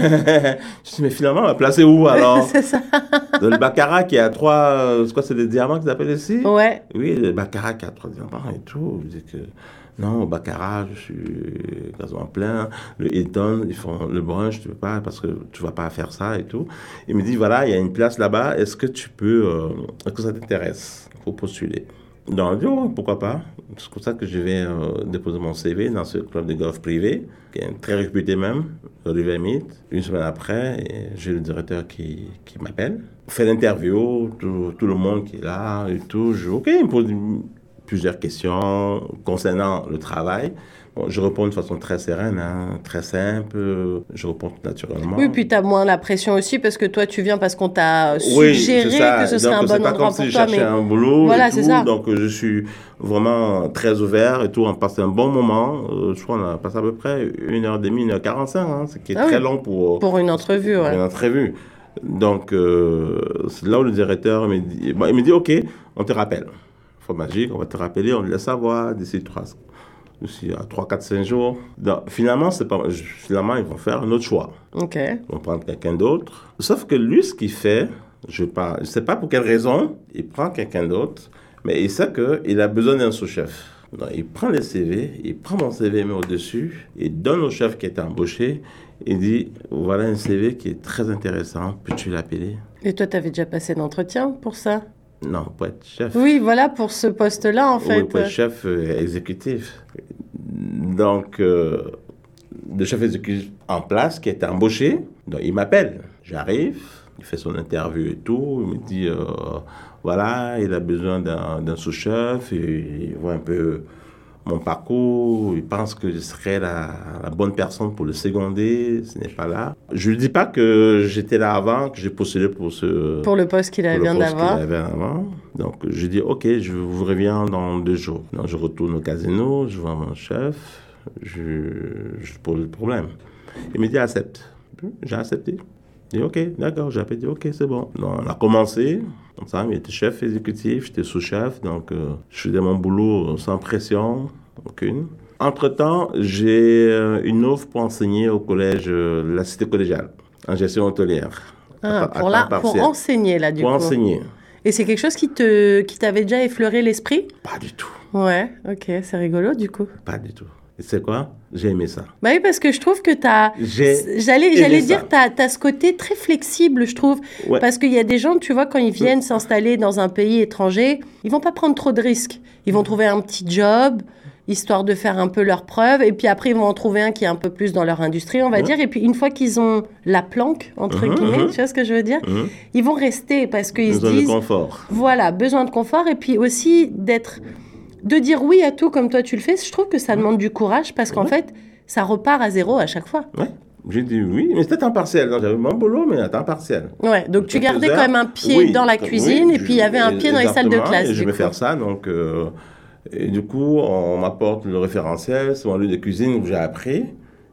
je dis, mais finalement, ma place est où alors? C'est ça. Dans le baccarat qui a trois... C'est quoi, c'est des diamants qu'ils appellent ici? Ouais. Oui, le baccarat qui a trois diamants et tout. Je dis que... Non, au Baccarat, je suis quasiment plein. Le Hilton, ils font le brunch, tu peux pas parce que tu vas pas faire ça et tout. Il me dit, voilà, il y a une place là-bas, est-ce que tu peux, euh, est-ce que ça t'intéresse? Il faut postuler. Donc, je dis, oh, pourquoi pas? C'est comme ça que je vais euh, déposer mon C V dans ce club de golf privé, qui est très réputé même, River Meet. Une semaine après, j'ai le directeur qui, qui m'appelle, fait l'interview, tout, tout le monde qui est là et tout. Je dis, OK, il me pose plusieurs questions concernant le travail. Bon, je réponds de façon très sereine, hein, très simple. Je réponds naturellement. Oui, puis tu as moins la pression aussi parce que toi, tu viens parce qu'on t'a oui, suggéré que ce serait un bon endroit pour toi. C'est pas comme si je cherchais mais... un boulot voilà, et tout. Ça. Donc, je suis vraiment très ouvert et tout. On passe un bon moment. Euh, je crois qu'on a passé à peu près une heure et demie, une heure quarante-cinq, hein, ce qui est ah très oui. long pour... Pour une entrevue, pour ouais. une entrevue. Donc, euh, c'est là où le directeur me dit, bon, il me dit, OK, on te rappelle. Faut magique, on va te rappeler, on te laisse savoir d'ici trois Aussi à trois, quatre, cinq jours. Donc, finalement, c'est pas, finalement, ils vont faire un autre choix. OK. Ils vont prendre quelqu'un d'autre. Sauf que lui, ce qu'il fait, je ne sais pas pour quelle raison, il prend quelqu'un d'autre, mais il sait qu'il a besoin d'un sous-chef. Donc, il prend les C V, il prend mon C V, met au-dessus, il donne au chef qui est embauché, il dit, voilà un C V qui est très intéressant, peux-tu l'appeler? Et toi, tu avais déjà passé l'entretien pour ça? Non, pour être chef. Oui, voilà, pour ce poste-là, en fait. Oui, pour être chef euh, exécutif. Donc, euh, le chef exécutif en place, qui est embauché, donc il m'appelle. J'arrive, il fait son interview et tout. Il me dit, euh, voilà, il a besoin d'un, d'un sous-chef. Et il voit un peu mon parcours. Il pense que je serais la, la bonne personne pour le seconder. Ce n'est pas là. Je ne lui dis pas que j'étais là avant, que j'ai postulé pour ce... Pour le poste qu'il avait avant. avant. Donc, je dis, OK, je vous reviens dans deux jours. Donc, je retourne au casino, je vois mon chef, je, je pose le problème. Il me dit, accepte. J'ai accepté. Je dis, OK, d'accord, j'ai appelé, OK, c'est bon. Donc, on a commencé. Ensemble, il était chef exécutif, j'étais sous-chef. Donc, euh, je faisais mon boulot sans pression, aucune. Entre-temps, j'ai euh, une offre pour enseigner au collège, euh, la cité collégiale, en gestion hôtelière. Ah, à, pour, à la, pour enseigner, là, du pour coup. Pour enseigner. Et c'est quelque chose qui, te, qui t'avait déjà effleuré l'esprit? Pas du tout. Ouais, ok, c'est rigolo, du coup. Pas du tout. Et c'est quoi? J'ai aimé ça. Bah oui, parce que je trouve que t'as... J'ai J'allais, j'allais dire, t'as, t'as ce côté très flexible, je trouve. Ouais. Parce qu'il y a des gens, tu vois, quand ils viennent s'installer dans un pays étranger, ils vont pas prendre trop de risques. Ils vont trouver un petit job, histoire de faire un peu leurs preuves. Et puis après, ils vont en trouver un qui est un peu plus dans leur industrie, on va ouais. dire. Et puis une fois qu'ils ont la planque, entre mmh, guillemets, mmh. tu vois ce que je veux dire, mmh. ils vont rester parce qu'ils se disent... Besoin de confort. Voilà, besoin de confort. Et puis aussi d'être... De dire oui à tout comme toi tu le fais, je trouve que ça demande du courage parce qu'en ouais. fait, ça repart à zéro à chaque fois. Ouais, j'ai dit oui, mais c'était à temps partiel. Donc, j'avais mon boulot, mais à temps partiel. Ouais, donc, donc tu gardais quand même un pied oui, dans la cuisine oui, et puis il y avait un pied dans les salles de classe. Et je vais coup. faire ça, donc... Euh, et du coup, on m'apporte le référentiel, c'est mon lieu de cuisine où j'ai appris.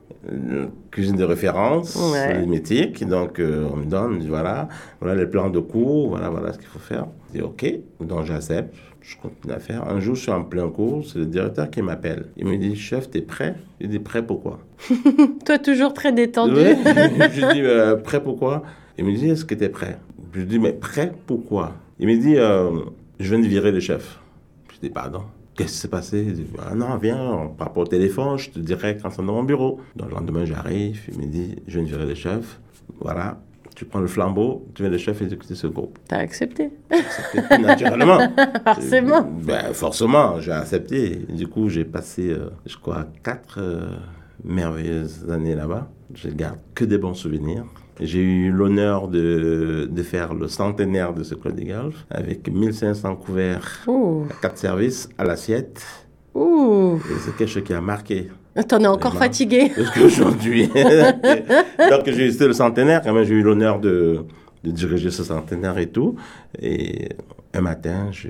Cuisine de référence, ouais. métier, donc euh, on me donne, voilà, voilà les plans de cours, voilà, voilà ce qu'il faut faire. Je dis ok, donc j'accepte, je continue à faire. Un jour, je suis en plein cours, c'est le directeur qui m'appelle. Il me dit, chef, t'es prêt? Je dis, prêt pourquoi? Toi, toujours très détendu. Ouais. Je dis, euh, prêt pourquoi? Il me dit, est-ce que t'es prêt? Je dis, mais prêt pourquoi? Il me dit, euh, je viens de virer le chef. Je dis, pardon? Qu'est-ce qui s'est passé? Il dit, ah non, viens, on parle au téléphone, je te dirai quand c'est dans mon bureau. Donc le lendemain, j'arrive, il me dit, je viens de virer le chef. Voilà, tu prends le flambeau, tu viens le chef exécuter ce groupe. T'as accepté? J'ai accepté naturellement. Forcément. Ben, forcément, j'ai accepté. Du coup, j'ai passé, euh, je crois, quatre euh, merveilleuses années là-bas. Je garde que des bons souvenirs. J'ai eu l'honneur de, de faire le centenaire de ce club de golf avec mille cinq cents couverts, Ouh. quatre services à l'assiette. Ouh. Et c'est quelque chose qui a marqué. T'en es encore fatigué. Parce qu'aujourd'hui. Donc j'ai eu le centenaire, quand même, j'ai eu l'honneur de, de diriger ce centenaire et tout. Et un matin, je,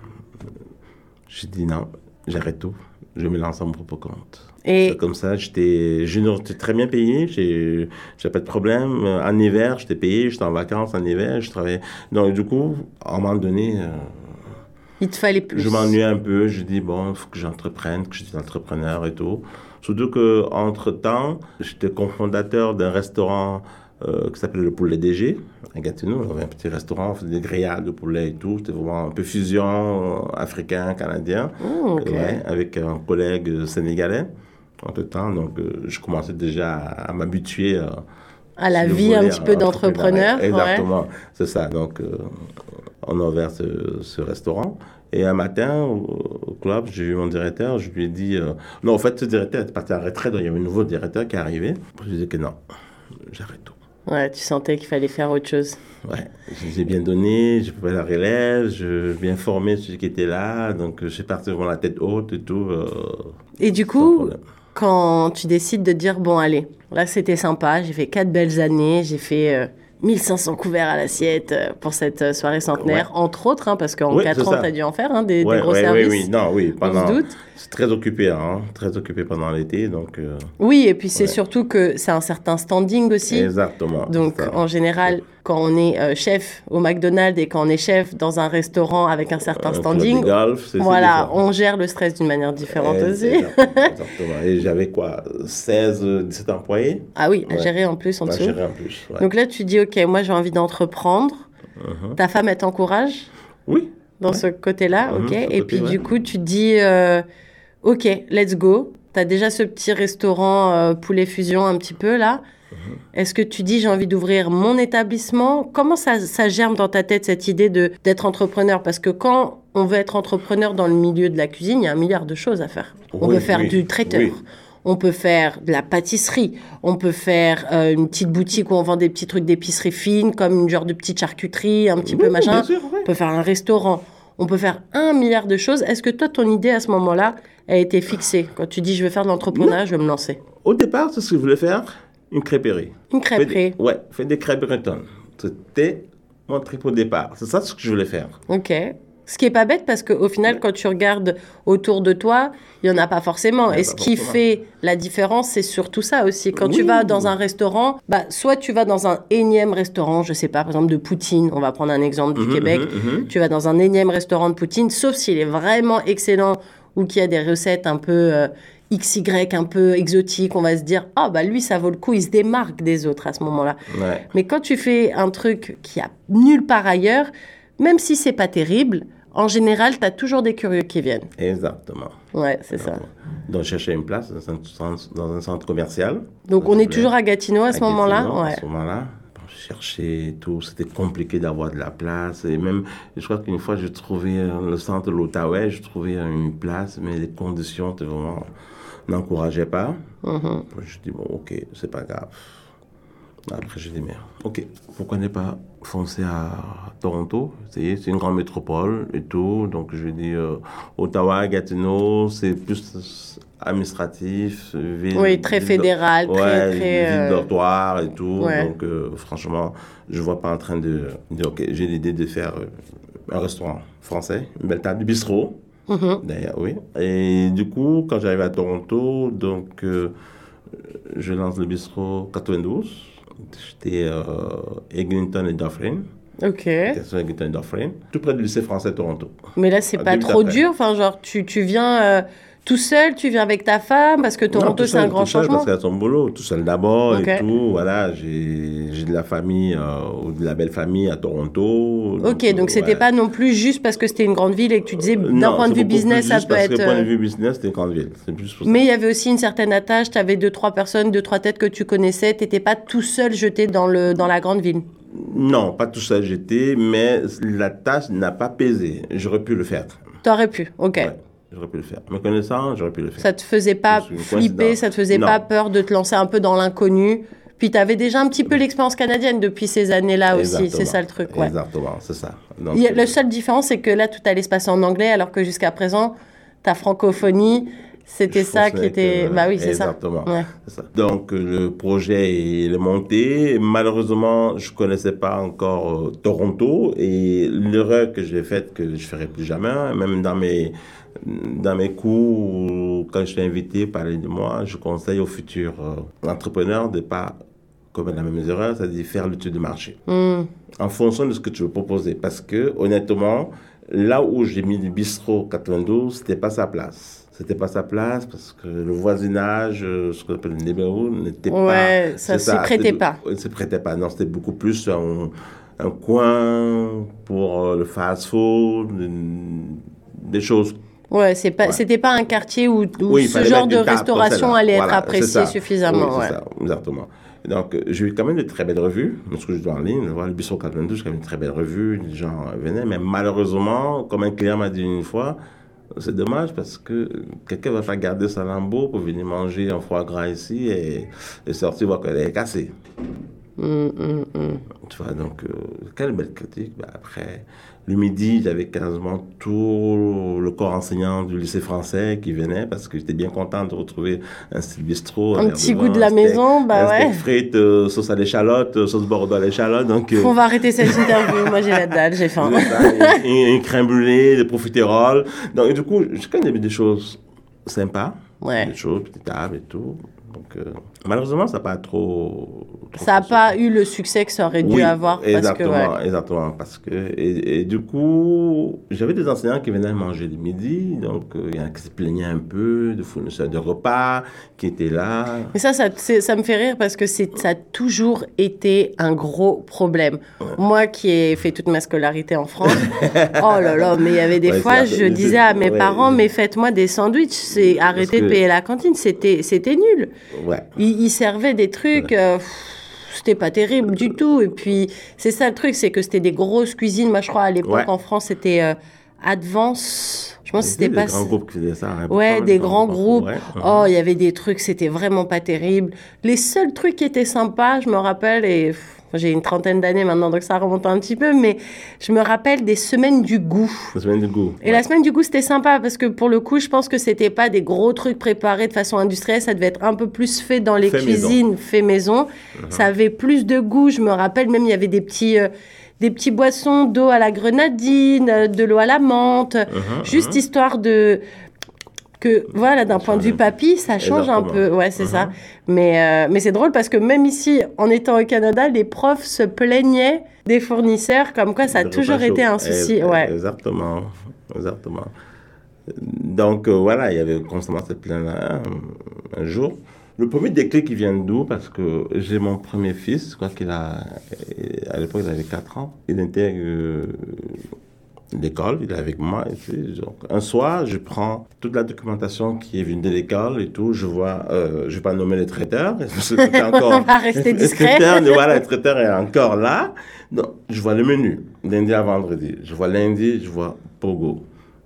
j'ai dit non, j'arrête tout. Je me lance à mon propre compte. Et c'est comme ça, j'étais, j'étais très bien payé, j'ai, j'ai pas de problème. En hiver, j'étais payé, j'étais en vacances en hiver, je travaillais. Donc, du coup, à un moment donné, euh, il te fallait plus. Je m'ennuyais un peu, je dis, bon, il faut que j'entreprenne, que j'étais entrepreneur et tout. Surtout qu'entre-temps, j'étais cofondateur d'un restaurant euh, qui s'appelait le Poulet D G, à Gatineau. On avait un petit restaurant, on faisait des grillades de poulet et tout. C'était vraiment un peu fusion africain, canadien, Oh, ok. ouais, avec un collègue sénégalais. Entre-temps, donc euh, je commençais déjà à, à m'habituer euh, À la sur le vie un volet petit peu d'entrepreneur. entrepreneurial. Exactement, c'est ça. Donc, euh, on a ouvert ce, ce restaurant. Et un matin, au, au club, j'ai eu mon directeur, je lui ai dit... euh, non, en fait, ce directeur était parti en retraite, donc il y avait un nouveau directeur qui est arrivé. Je lui ai dit que non, j'arrête tout. Ouais, tu sentais qu'il fallait faire autre chose. Ouais, j'ai bien donné, j'ai fait la relève, je bien formé celui qui était là, donc je suis parti vraiment la tête haute et tout. Euh, Et du sans coup, problème. quand tu décides de dire, bon, allez, là, c'était sympa, j'ai fait quatre belles années, j'ai fait euh, mille cinq cents couverts à l'assiette euh, pour cette euh, soirée centenaire, entre autres, hein, parce qu'en Oui, quatre c'est ans, ça. tu as dû en faire hein, des, Ouais, des gros ouais, services. Oui, oui, non, oui, On se pendant... doute. C'est très occupé, hein, très occupé pendant l'été, donc... euh, Oui, et puis c'est Ouais. surtout que c'est un certain standing aussi. Exactement. Donc, c'est ça. en général, quand on est euh, chef au McDonald's et quand on est chef dans un restaurant avec un certain Un club standing, de golf, c'est- c'est voilà, différent. on gère le stress d'une manière différente Eh, aussi. Exactement, exactement. Et j'avais quoi, seize, dix-sept employés Ah oui, à Ouais. gérer en plus en à dessous. gérer en plus. Ouais. Donc là, tu dis, OK, moi j'ai envie d'entreprendre. Mhm. Ta femme, elle t'encourage Oui, dans ce côté-là, Mhm, OK. ce Et côté, puis ouais. du coup, tu te dis, euh, OK, let's go. Tu as déjà ce petit restaurant euh, poulet fusion un petit peu là. Mhm. Est-ce que tu dis, j'ai envie d'ouvrir mon établissement? Comment ça, ça germe dans ta tête cette idée de, d'être entrepreneur? Parce que quand on veut être entrepreneur dans le milieu de la cuisine, il y a un milliard de choses à faire. On Oui, peut faire oui, du traiteur. oui. On peut faire de la pâtisserie, on peut faire euh, une petite boutique où on vend des petits trucs d'épicerie fine, comme une genre de petite charcuterie, un petit Oui, peu oui, machin. bien sûr, oui. On peut faire un restaurant, on peut faire un milliard de choses. Est-ce que toi, ton idée à ce moment-là a été fixée? Quand tu dis, je veux faire de l'entrepreneuriat, je vais me lancer. Au départ, c'est ce que je voulais faire, une crêperie. Une crêperie, Fais des- Ouais, faire des crêpes bretonnes. C'était mon trip au départ. C'est ça ce que je voulais faire. ok. Ce qui est pas bête parce qu'au final, quand tu regardes autour de toi, il y en a pas forcément. Il y en a Et ce pas qui forcément. fait la différence, c'est surtout ça aussi. Quand tu Oui. vas dans un restaurant, bah, soit tu vas dans un énième restaurant, je sais pas, par exemple de poutine, on va prendre un exemple du Mhm, Québec, mhm, mhm. tu vas dans un énième restaurant de poutine, sauf s'il est vraiment excellent ou qu'il y a des recettes un peu euh, X Y, un peu exotiques, on va se dire, ah bah lui, ça vaut le coup, il se démarque des autres à ce moment-là. Ouais. Mais quand tu fais un truc qui a nulle part ailleurs, même si c'est pas terrible, en général, tu as toujours des curieux qui viennent. Exactement. Ouais, c'est ça. Donc, je cherchais une place dans un centre, dans un centre commercial. Donc, Ça, on je est voulais. toujours à Gatineau à ce À moment-là. Gatineau, Ouais. À ce moment-là, bon, je cherchais tout. C'était compliqué d'avoir de la place. Et même, je crois qu'une fois, j'ai trouvé euh, le centre de l'Outaouais, j'ai trouvé euh, une place, mais les conditions étaient vraiment n'encourageaient pas. Mhm. Je dis, bon, ok, c'est pas grave. Après, j'ai dit, mais ok, pourquoi ne pas foncer à Toronto? C'est c'est une grande métropole et tout. Donc, je dis, euh, Ottawa, Gatineau, c'est plus administratif. Ville, Oui, très ville fédéral, de- très, ouais, très, ville euh, dortoir et tout. ouais. Donc, euh, franchement, je ne vois pas en train de dire, ok, j'ai l'idée de faire euh, un restaurant français, une belle table, du bistrot. Mhm. D'ailleurs, oui. Et du coup, quand j'arrive à Toronto, donc, euh, je lance le bistrot quatre-vingt-douze. J'étais euh, Eglinton et Dufferin. Ok. J'étais sur Eglinton et Dufferin, tout près du lycée français de Toronto. Mais là, c'est Ah, pas début trop d'après. dur. Enfin, genre, tu, tu viens euh, tout seul, tu viens avec ta femme, parce que Non, Toronto, tout c'est un seul, grand tout seul, changement. parce qu'elle a son boulot, tout seul d'abord Ok. et tout. Voilà, j'ai j'ai de la famille, euh, ou de la belle famille à Toronto. Ok, donc euh, c'était ouais. pas non plus juste parce que c'était une grande ville et que tu disais, d'un Non, point de c'est vue beaucoup plus business, ça juste peut parce être. que, point de euh, vue business, c'était une grande ville. C'est plus pour ça. Mais il y avait aussi une certaine attache, tu avais deux, trois personnes, deux, trois têtes que tu connaissais, tu n'étais pas tout seul jeté dans, le, dans la grande ville. Non, pas tout seul j'étais, mais la tâche n'a pas pesé. J'aurais pu le faire. T'aurais pu, ok. Ouais, j'aurais pu le faire. Me connaissant, j'aurais pu le faire. Ça te faisait pas C'est une flipper, coïncidence. ça te faisait Non. pas peur de te lancer un peu dans l'inconnu. Puis tu avais déjà un petit peu l'expérience canadienne depuis ces années-là aussi, Exactement. c'est ça le truc, ouais. Exactement, c'est ça. Donc, Il y a- euh, la seule différence, c'est que là, tout allait se passer en anglais, alors que jusqu'à présent, ta francophonie, c'était je ça pense qui que, était... euh, Bah oui, c'est ça. Exactement. Ouais. C'est ça. Donc, euh, le projet il est monté. Malheureusement, je ne connaissais pas encore euh, Toronto. Et l'erreur que j'ai faite, que je ne ferai plus jamais, même dans mes, dans mes cours, quand je suis invité, parler de moi, je conseille aux futurs euh, entrepreneurs de ne pas commettre la même erreur, c'est-à-dire faire l'étude de marché. Hmm. En fonction de ce que tu veux proposer. Parce que, honnêtement, Là où j'ai mis le bistrot quatre-vingt-douze, c'était pas sa place. C'était pas sa place parce que le voisinage, euh, ce qu'on appelle le neighborhood, n'était ouais, pas... Ouais, ça ne s'y prêtait pas. Il ne se prêtait pas. Non, c'était beaucoup plus un, un coin pour euh, le fast-food, des choses. Ouais, c'est pas, ouais. c'était pas un quartier où, où oui, ce genre de restauration allait être voilà, apprécié suffisamment. Oui, c'est ouais. ça, exactement. Donc, j'ai eu quand même de très belles revues. Parce que je dois en ligne, le bistrot quatre-vingt-douze, j'ai quand même une très belle revue. Les gens venaient. Mais malheureusement, comme un client m'a dit une fois, c'est dommage parce que quelqu'un va faire garder sa lambeau pour venir manger un foie gras ici et, et sortir voir qu'elle est cassée. Mmh, mmh, mmh. Tu vois, donc, euh, quelle belle critique. Ben, après, le midi, j'avais quasiment tout le corps enseignant du lycée français qui venait parce que j'étais bien content de retrouver un style bistrot. Un petit goût de la maison, bah ouais. Steak frites, euh, sauce à l'échalote, euh, sauce bordeaux à l'échalote. Donc, euh, on va arrêter cette interview. Moi, j'ai la dalle, j'ai faim. une, une crème brûlée, des profiteroles. Donc, du coup, j'ai quand même des choses sympas. Ouais. Des choses, petites tables et tout. Donc, euh, malheureusement, ça n'a pas trop... trop ça n'a pas eu le succès que ça aurait dû oui, avoir. Exactement, parce que, ouais. exactement. Parce que, et, et du coup, j'avais des enseignants qui venaient manger le midi. Donc, il euh, y en a qui se plaignaient un peu, de fournisseurs de repas qui étaient là. Mais ça, ça, ça me fait rire parce que c'est, ça a toujours été un gros problème. Ouais. Moi qui ai fait toute ma scolarité en France, oh là là, mais il y avait des ouais, fois, je disais à mes ouais, parents, mais faites-moi des sandwichs, c'est arrêtez de payer la cantine, c'était, c'était nul. Ouais. Ils, ils servaient des trucs, ouais. euh, c'était pas terrible du tout. Et puis, c'est ça le truc, c'est que c'était des grosses cuisines. Moi, je crois, à l'époque, ouais. en France, c'était euh, Advance. Je pense que c'était pas... des grands groupes qui faisaient ça. Hein, ouais, des grands groupes. Ouais. Oh, il y avait des trucs, c'était vraiment pas terrible. Les seuls trucs qui étaient sympas, je me rappelle, et... j'ai une trentaine d'années maintenant, donc ça remonte un petit peu, mais je me rappelle des semaines du goût. La semaine du goût. Et ouais. la semaine du goût, c'était sympa parce que pour le coup, je pense que c'était pas des gros trucs préparés de façon industrielle, ça devait être un peu plus fait dans les fait cuisines, maison. fait maison. Uh-huh. Ça avait plus de goût, je me rappelle même, il y avait des petits... Euh, des petits boissons d'eau à la grenadine, de l'eau à la menthe, uh-huh, juste uh-huh. histoire de... que voilà, d'un point de vue papy, ça change Exactement. un peu. Ouais, c'est uh-huh. ça. Mais, euh, mais c'est drôle parce que même ici, en étant au Canada, les profs se plaignaient des fournisseurs, comme quoi ça a toujours été un souci. Et, ouais. Exactement. Exactement. Donc, euh, voilà, il y avait constamment cette plainte-là. Un, un jour, le premier déclic, il vient d'où? Parce que j'ai mon premier fils, je crois qu'il a... À l'époque, il avait quatre ans. Il intègre... Euh, l'école, il est avec moi. Et puis, donc, un soir, je prends toute la documentation qui est venue de l'école et tout. Je vois, euh, je ne vais pas nommer le traiteur. Encore, on va rester discret. Le traiteur, voilà, le traiteur est encore là. Donc, je vois le menu, lundi à vendredi. Je vois lundi, je vois pogo.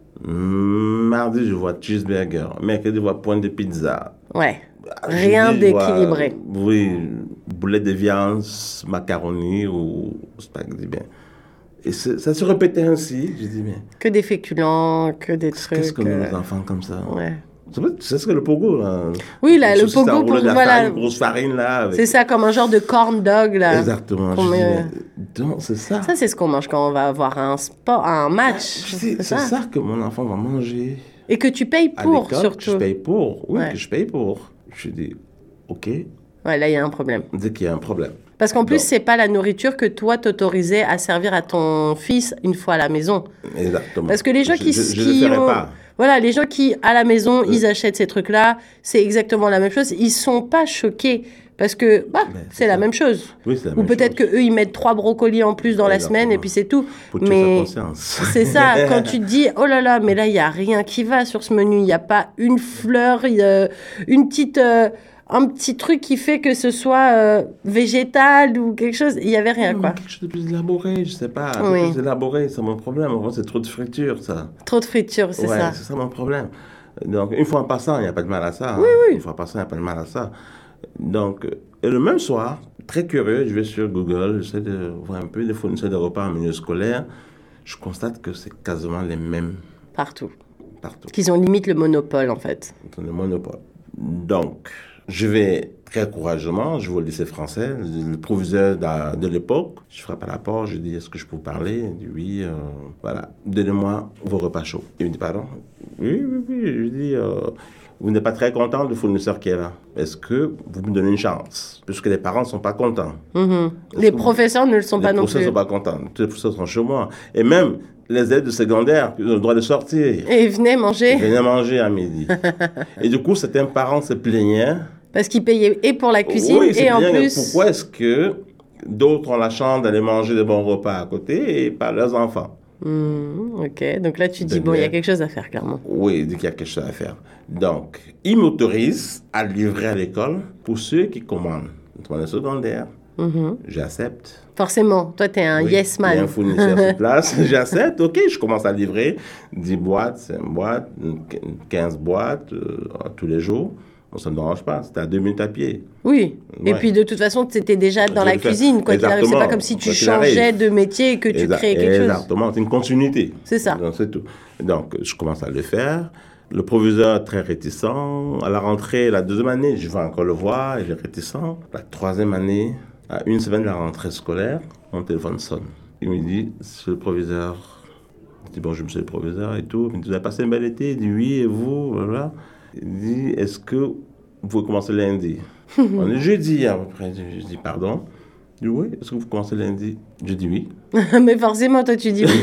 Mardi, je vois cheeseburger. Mercredi, je vois pointe de pizza. Ouais. Rien Jeudi, d'équilibré. Vois, oui, boulet de viande, macaroni ou spaghetti bien. Et ça se répétait ainsi. Je dis, mais... Que des féculents, que des trucs... Qu'est-ce que euh... nos enfants comme ça? Ouais. Tu sais ce que le pogo, là? Oui, là, le pogo pour... De la voilà. farine, grosse farine, là. Avec... C'est ça, comme un genre de corn dog, là. Exactement. Je dis, mais... Donc, c'est ça. Ça, c'est ce qu'on mange quand on va avoir un sport, un match. C'est, c'est ça. ça que mon enfant va manger. Et que tu payes pour, à surtout. Que je paye pour, oui, ouais. que je paye pour. Je dis, OK. Ouais, là, il y a un problème. Dès qu'il y a un problème. Parce qu'en plus, Donc, c'est pas la nourriture que toi t'autorisais à servir à ton fils une fois à la maison. Exactement. Parce que les gens je, qui... Je, je qui le ferai ont... pas. Voilà, les gens qui, à la maison, oui. ils achètent ces trucs-là, c'est exactement la même chose. Ils sont pas choqués. Parce que bah, c'est, c'est la même chose. Oui, c'est la Ou même peut-être chose. qu'eux, ils mettent trois brocolis en plus dans Exactement. la semaine et puis c'est tout. Pour mais sa conscience. C'est ça, quand tu te dis, oh là là, mais là, il n'y a rien qui va sur ce menu. Il n'y a pas une fleur, y a une petite, euh, un petit truc qui fait que ce soit euh, végétal ou quelque chose. Il n'y avait rien, non, quoi. Quelque chose de plus élaboré, je ne sais pas. Oui. Plus élaboré, c'est mon problème. En fait, c'est trop de friture, ça. Trop de friture, c'est ouais, ça. C'est ça mon problème. Donc, une fois en passant, il n'y a pas de mal à ça. Oui, hein. oui. Une fois en passant, il n'y a pas de mal à ça. Donc, et le même soir, très curieux, je vais sur Google, j'essaie de voir un peu des fournisseurs de repas en milieu scolaire. Je constate que c'est quasiment les mêmes. Partout. Partout. Qu'ils ont limite le monopole, en fait. Ils ont le monopole. Donc, je vais très courageusement, je vais au lycée français, le proviseur de, de l'époque, je frappe à la porte, je dis, est-ce que je peux vous parler? Il dit, oui, euh, voilà, donnez-moi vos repas chauds. Il me dit, pardon? Oui, oui, oui, je lui dis, euh, vous n'êtes pas très content du fournisseur qui est là. Est-ce que vous me donnez une chance? Puisque les parents ne sont pas contents. Mm-hmm. Les professeurs ne le sont pas non plus. Les professeurs ne sont pas contents. Tous les professeurs sont chez moi. Et même les aides de secondaire, ils ont le droit de sortir. Et ils venaient manger. Ils venaient manger à midi. Et du coup, certains parents se plaignaient. Parce qu'ils payaient et pour la cuisine oui, et en plus... Pourquoi est-ce que d'autres ont la chance d'aller manger de bons repas à côté et pas leurs enfants? Mmh, ok, donc là tu dis, de bon, il y a quelque chose à faire, clairement. Oui, il dit qu'il y a quelque chose à faire. Donc, il m'autorise à livrer à l'école pour ceux qui commandent. Dans le secondaire, mmh. J'accepte. Forcément, toi, tu es un oui, yes man. Il y a un fournisseur sur place, j'accepte, ok, je commence à livrer dix boîtes, cinq boîtes, quinze boîtes euh, tous les jours. Bon, ça ne me dérange pas, c'était à deux minutes à pied. Oui, ouais. Et puis de toute façon, tu étais déjà dans je la cuisine, quoi qu'il arrive. C'est pas comme si tu changeais de métier et que tu Exa- créais quelque exactement. chose. Exactement, c'est une continuité. C'est ça. Donc, c'est tout. Donc, je commence à le faire. Le proviseur très réticent. À la rentrée, la deuxième année, je vais encore le voir, il est réticent. La troisième année, à une semaine de la rentrée scolaire, mon téléphone sonne. Il me dit, c'est le proviseur. Je dis, bonjour, monsieur le proviseur et tout. Il me dit, vous avez passé un bel été? Il dit, oui, et vous? Voilà. Il dit, est-ce que vous pouvez commencer lundi? On est jeudi à peu près. Je dis, pardon? Il dit, oui, est-ce que vous commencez lundi? Je dis oui. Mais forcément, toi, tu dis oui.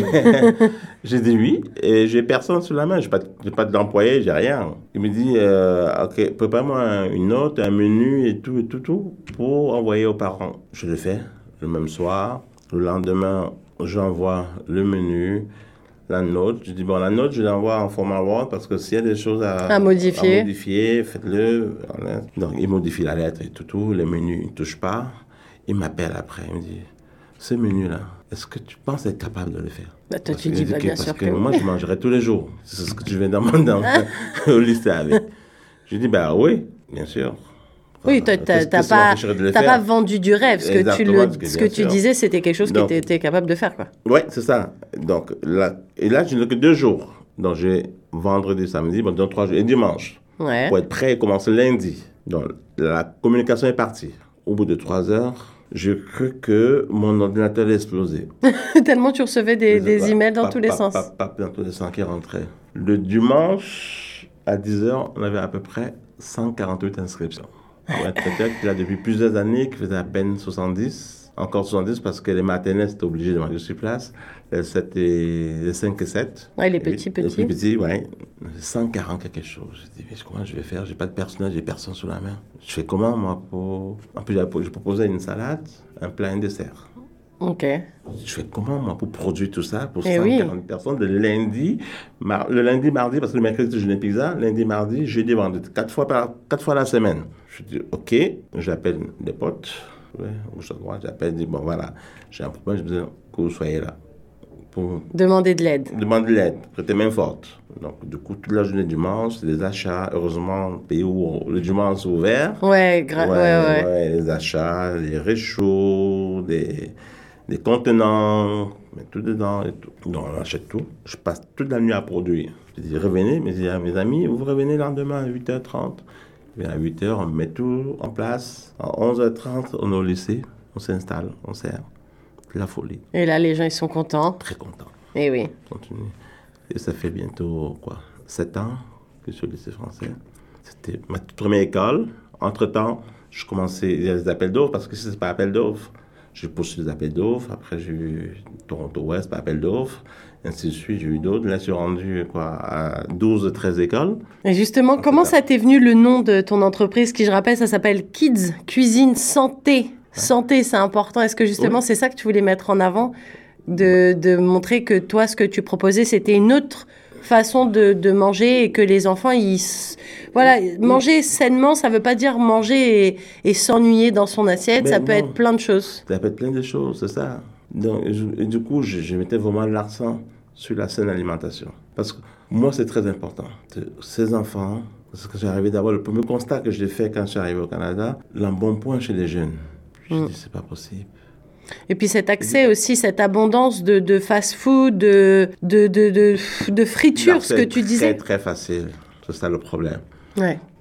J'ai dit oui, et j'ai personne sous la main. Je n'ai pas, pas d'employé, j'ai rien. Il me dit, euh, ok, prépare-moi une note, un menu et tout, et tout, tout, pour envoyer aux parents. Je le fais le même soir. Le lendemain, j'envoie le menu, la note. Je dis, bon, la note, je l'envoie en format Word parce que s'il y a des choses à, à modifier, à modifier faites-le. Voilà. Donc, il modifie la lettre et tout, tout. Les menus, il ne touche pas. Il m'appelle après, il me dit, ce menu-là, est-ce que tu penses être capable de le faire? Bah, toi, tu dis, bah, bien parce sûr que, que... moi, je mangerai tous les jours. C'est ce que tu viens demander au lycée avec. Je dis, bah oui, bien sûr. Oui, tu n'as pas, pas vendu du rêve. Ce que tu, le, ce que ce que tu disais, c'était quelque chose Donc, que tu étais capable de faire, quoi. Oui, c'est ça. Donc, là, et là, je n'ai que deux jours. Donc, j'ai vendredi, samedi, bon, donc trois jours, et dimanche. Ouais. Pour être prêt et commencer lundi. Donc, la communication est partie. Au bout de trois heures, j'ai cru que mon ordinateur allait exploser. Tellement tu recevais des, des pas, emails dans pas, tous les pas, sens. Pas, pas, pas dans tous les sens qui rentraient. Le dimanche, à dix heures, on avait à peu près cent quarante-huit inscriptions. Un traiteur qui est là depuis plusieurs années, qui faisait à peine soixante-dix. Encore soixante-dix parce que les maternelles, c'était obligé de manger sur place. Les sept et les cinq et sept. Oui, les petits, petits. Les petits, oui. cent quarante quelque chose. Je dis, mais comment je vais faire? J'ai pas de personnel, j'ai personne sous la main. Je fais comment, moi, pour... En plus, je proposais une salade, un plat, un dessert. OK. Je fais comment, moi, pour produire tout ça pour Et cent quarante oui. personnes, le lundi, mar... le lundi, mardi, parce que le mercredi, je n'ai pizza, lundi, mardi, jeudi, vendredi, quatre fois, par... quatre fois la semaine. Je dis, OK, j'appelle des potes, ouais, je j'appelle, je dis, bon, voilà, j'ai un problème, je me dis, que vous soyez là. Pour demander de l'aide. Demander de l'aide, prêter main forte. Donc, du coup, toute la journée dimanche, c'est des achats. Heureusement, pays où le dimanche est ouvert. Ouais, grave. Ouais, ouais, ouais. ouais, les achats, les réchauds, des, des contenants, mais tout dedans et tout. Donc, on achète tout. Je passe toute la nuit à produire. Je dis, revenez, mais je dis à mes amis, vous revenez le lendemain à huit heures trente. Et à huit heures, on met tout en place. À onze heures trente, on est au lycée, on s'installe, on sert. La folie. Et là, les gens, ils sont contents. Très contents. Et oui. Continue. Et ça fait bientôt, quoi, sept ans que je suis au lycée français. C'était ma toute première école. Entre-temps, je commençais, il y a des appels d'offres, parce que si c'est pas appel d'offres, j'ai poursuivi les appels d'offres. Après, j'ai eu Toronto-Ouest, pas appel d'offres. Ainsi de suite, j'ai eu d'autres. Là, je suis rendu, quoi, à douze, treize écoles. Et justement, en comment ça t'est venu le nom de ton entreprise, qui, je rappelle, ça s'appelle Kids Cuisine Santé. Santé, c'est important. Est-ce que justement, oui. c'est ça que tu voulais mettre en avant, de, de montrer que toi, ce que tu proposais, c'était une autre façon de, de manger et que les enfants, ils... Voilà, oui. Manger sainement, ça ne veut pas dire manger et, et s'ennuyer dans son assiette. Mais ça non. peut être plein de choses. Ça peut être plein de choses, c'est ça. Donc, et, et du coup, je, je mettais vraiment l'accent sur la saine alimentation. Parce que moi, c'est très important. Ces enfants, parce que j'ai arrivé d'avoir le premier constat que j'ai fait quand je suis arrivé au Canada, l'embonpoint chez les jeunes. Je mmh. dis, c'est pas possible. Et puis cet accès et aussi, cette abondance de, de fast-food, de, de, de, de, de friture, ce que tu très, disais. C'est très facile. C'est ça le problème. Ouais.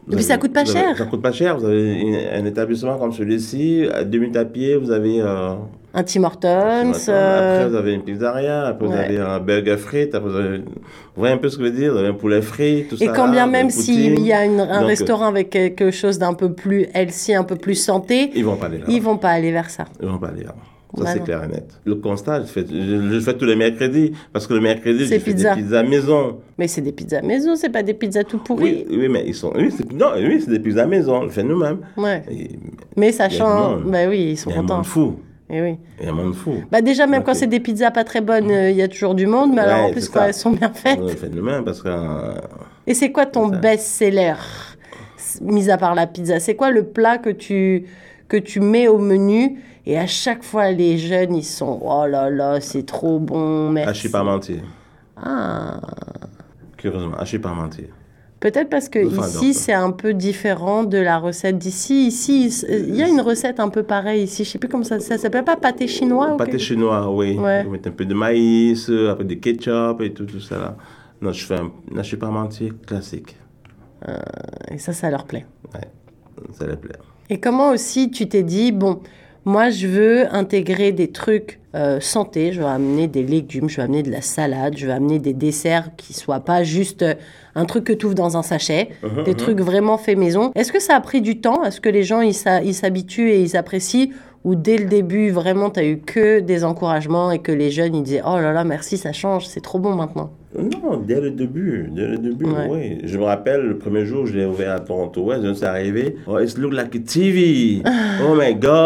Et puis ça coûte pas vous avez, cher. Ça coûte pas cher. Vous avez une, un établissement comme celui-ci, à deux minutes à pied, vous avez... Euh, un Tim Hortons. Euh... Après, vous avez une pizzeria, après, ouais. vous avez un burger frites, après, vous, avez... vous voyez un peu ce que je veux dire, vous avez un poulet frit, tout et ça. Et quand bien là, même s'il y a une, un Donc, restaurant avec quelque chose d'un peu plus healthy, un peu plus santé, ils vont pas aller là. Ils vont pas aller vers ça. Ils vont pas aller là. Ça, bah c'est non. clair et net. Le constat, je fais, je, je le fais tous les mercredis, parce que le mercredi, je pizza. fais des pizzas maison. Mais c'est des pizzas maison, c'est pas des pizzas tout pourries. Oui, oui, mais ils sont... Oui, c'est, non, oui, c'est des pizzas maison, on le fait nous-mêmes. Ouais. Et, mais ça change... Bah oui, ils sont contents. Il y a un monde fou. Et oui. Il y a un monde fou. Bah déjà, même okay. quand c'est des pizzas pas très bonnes, il euh, y a toujours du monde, mais ouais, alors en plus, quand elles sont bien faites... On le fait nous-mêmes, parce que... Euh, et c'est quoi ton best-seller, mis à part la pizza? C'est quoi le plat que tu, que tu mets au menu? Et à chaque fois, les jeunes, ils sont « Oh là là, c'est trop bon, merci. » Hachis parmentier. Ah. Curieusement, hachis parmentier. Peut-être parce que ici, c'est un peu différent de la recette d'ici. Ici, il y a une recette un peu pareille ici. Je ne sais plus comment ça, ça s'appelle. Pas pâté chinois? Pâté okay. chinois, oui. Ouais. Vous mettez un peu de maïs, après du ketchup et tout, tout ça là. Non, je fais un hachis parmentier classique. Euh, et ça, ça leur plaît. Oui, ça leur plaît. Et comment aussi tu t'es dit, bon... Moi, je veux intégrer des trucs euh, santé, je veux amener des légumes, je veux amener de la salade, je veux amener des desserts qui ne soient pas juste euh, un truc que tu ouvres dans un sachet, uh-huh, des uh-huh. trucs vraiment faits maison. Est-ce que ça a pris du temps? Est-ce que les gens, ils, s'a- ils s'habituent et ils apprécient? Ou dès le début, vraiment, tu as eu que des encouragements et que les jeunes, ils disaient « Oh là là, merci, ça change, c'est trop bon maintenant ». Non, dès le début, dès le début, ouais. oui. Je me rappelle, le premier jour, je l'ai ouvert à Toronto West, je suis arrivé, « Oh, it looks like a T V! Oh my God! »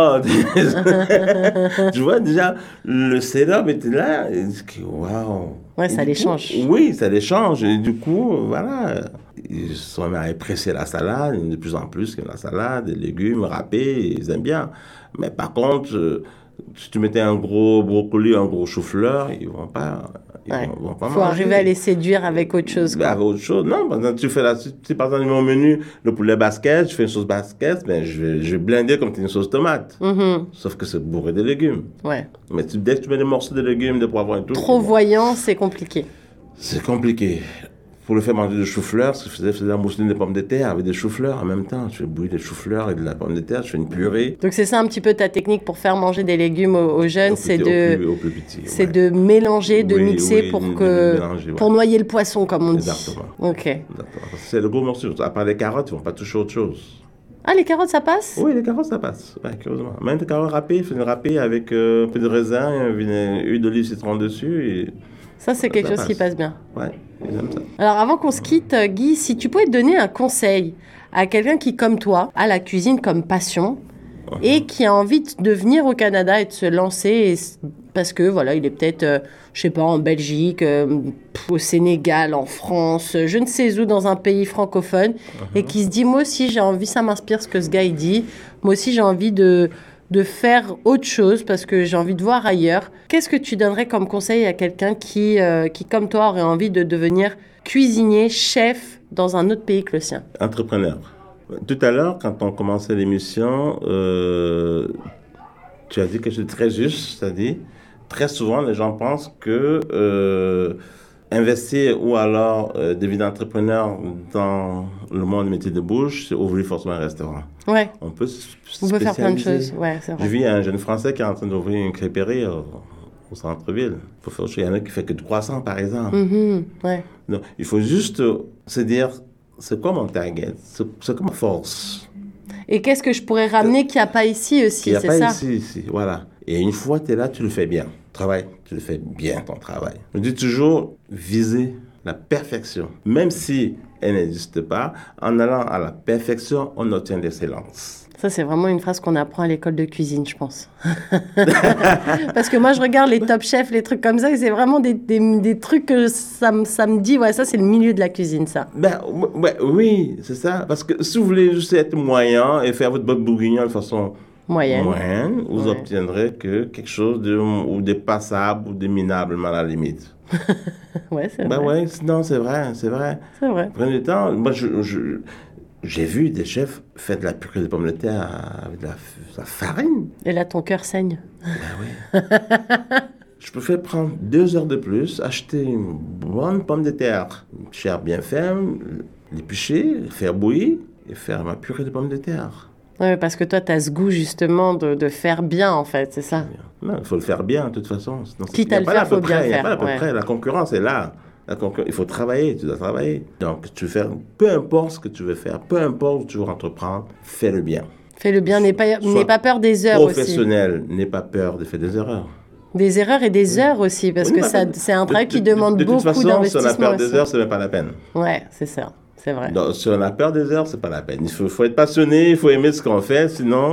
Tu vois, déjà, le setup était là, et je waouh! Ouais, ça les coup, change. Oui, ça les change, et du coup, voilà. Ils sont même appréciés la salade, de plus en plus que la salade, des légumes râpés, ils aiment bien. Mais par contre, euh, si tu mettais un gros brocoli, un gros chou-fleur, ils vont pas. Il ouais. vont, vont pas faut manger. Arriver à les séduire avec autre chose. Ben, avec autre chose, non. Par exemple, tu fais la, si par exemple, mon menu, le poulet basket, je fais une sauce basket, ben, je vais, je vais blinder comme une sauce tomate. Mm-hmm. Sauf que c'est bourré de légumes. Ouais. Mais tu, dès que tu mets des morceaux de légumes, de poivrons et tout. Trop voyant, c'est compliqué. C'est compliqué. Pour le faire manger de chou-fleur, ce que je faisais, je faisais la mousseline de pommes de terre avec des chou-fleurs en même temps. Je fais bouillir des chou-fleurs et de la pomme de terre, je fais une purée. Donc c'est ça un petit peu ta technique pour faire manger des légumes aux, aux jeunes, c'est de, au plus, au plus petit, c'est ouais. de mélanger, de oui, mixer oui, pour, de, que, de mélanger, ouais. pour noyer le poisson, comme on Exactement. dit. Ok. Exactement. C'est le gros morceau. À part les carottes, ils ne vont pas toucher autre chose. Ah, les carottes, ça passe? Oui, les carottes, ça passe. Ouais, curieusement. Même les carottes râpées, je fais une râpée avec euh, un peu de raisin, une huile d'olive citron dessus. Et... Ça, c'est quelque ça chose passe. qui passe bien. Ouais, j'aime ça. Alors, avant qu'on se quitte, Guy, si tu pouvais donner un conseil à quelqu'un qui, comme toi, a la cuisine comme passion uh-huh. et qui a envie de venir au Canada et de se lancer et, parce que, voilà, il est peut-être, euh, je sais pas, en Belgique, euh, au Sénégal, en France, je ne sais où, dans un pays francophone, uh-huh. et qui se dit, moi aussi, j'ai envie, ça m'inspire ce que ce gars, il dit, moi aussi, j'ai envie de... de faire autre chose parce que j'ai envie de voir ailleurs. Qu'est-ce que tu donnerais comme conseil à quelqu'un qui, euh, qui, comme toi, aurait envie de devenir cuisinier, chef dans un autre pays que le sien? Entrepreneur. Tout à l'heure, quand on commençait l'émission, euh, tu as dit quelque chose de très juste, c'est-à-dire, très souvent, les gens pensent que euh, investir ou alors euh, devenir entrepreneur dans le monde du métier de bouche, c'est ouvrir forcément un restaurant. Ouais. On peut On peut faire plein de choses. Ouais, c'est vrai. J'ai vu un jeune Français qui est en train d'ouvrir une crêperie au, au centre-ville. Il faut faire autre chose. Il y en a qui fait que de croissants, par exemple. Mm-hmm. Ouais. Donc, il faut juste se dire, c'est quoi mon target? C'est, c'est quoi ma force? Et qu'est-ce que je pourrais ramener qu'il n'y a pas ici aussi, c'est ça? Il n'y a pas ici, ici, voilà. Et une fois que tu es là, tu le fais bien. Travail, tu le fais bien, ton travail. Je dis toujours, viser la perfection. Même si elle n'existe pas, en allant à la perfection, on obtient l'excellence. Ça, c'est vraiment une phrase qu'on apprend à l'école de cuisine, je pense. Parce que moi, je regarde les Top Chefs, les trucs comme ça, et c'est vraiment des, des, des trucs que ça, ça me dit, ouais, ça, c'est le milieu de la cuisine, ça. Ben, ouais, oui, c'est ça. Parce que si vous voulez juste être moyen et faire votre botte bourguignon de façon moyenne, moyenne vous ouais. obtiendrez que quelque chose de ou de passable ou de minable, à la limite. Ouais, c'est ben vrai. Ouais, non, c'est vrai, c'est vrai. C'est vrai. Prenez le temps. Moi, je... je J'ai vu des chefs faire de la purée de pommes de terre avec de la, de la farine. Et là, ton cœur saigne. Ben oui. Je peux faire prendre deux heures de plus, acheter une bonne pomme de terre, chair bien ferme, l'éplucher, faire bouillir, et faire ma purée de pommes de terre. Oui, parce que toi, tu as ce goût justement de, de faire bien, en fait, c'est ça? Non, il faut le faire bien, de toute façon. Quitte à le faire, il faut bien le faire. Il n'y a pas à peu près. La concurrence est là. La concurrence, il faut travailler, tu dois travailler. Donc, tu fais, peu importe ce que tu veux faire, peu importe où tu veux entreprendre, fais-le bien. Fais-le bien, n'aie pas, n'aie pas peur des heures aussi. Professionnel, n'aie pas peur de faire des erreurs. Des erreurs et des oui. heures aussi, parce oui, que ça, c'est un travail de, qui demande de, de, beaucoup d'investissement. De toute façon, si on a peur des heures, ce n'est pas la peine. Ouais, c'est ça, c'est vrai. Donc, si on a peur des heures, ce n'est pas la peine. Il faut, faut être passionné, il faut aimer ce qu'on fait, sinon,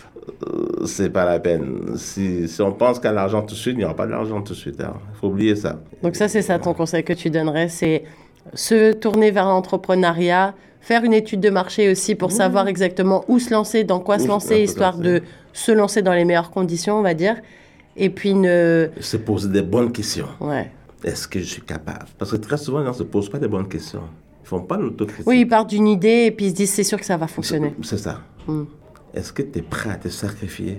euh, ce n'est pas la peine. Si, si on pense qu'à l'argent tout de suite, il n'y aura pas d'argent tout de suite. Il hein. faut oublier ça. Donc ça, c'est ça ton conseil que tu donnerais, c'est se tourner vers l'entrepreneuriat, faire une étude de marché aussi pour mmh. savoir exactement où se lancer, dans quoi où se lancer, histoire de se lancer dans les meilleures conditions, on va dire. Et puis ne... Se poser des bonnes questions. Ouais. Est-ce que je suis capable? Parce que très souvent, les gens ne se posent pas des bonnes questions. Ils ne font pas l'autocritique. Oui, ils partent d'une idée et puis ils se disent c'est sûr que ça va fonctionner. C'est, c'est ça. Mm. Est-ce que tu es prêt à te sacrifier?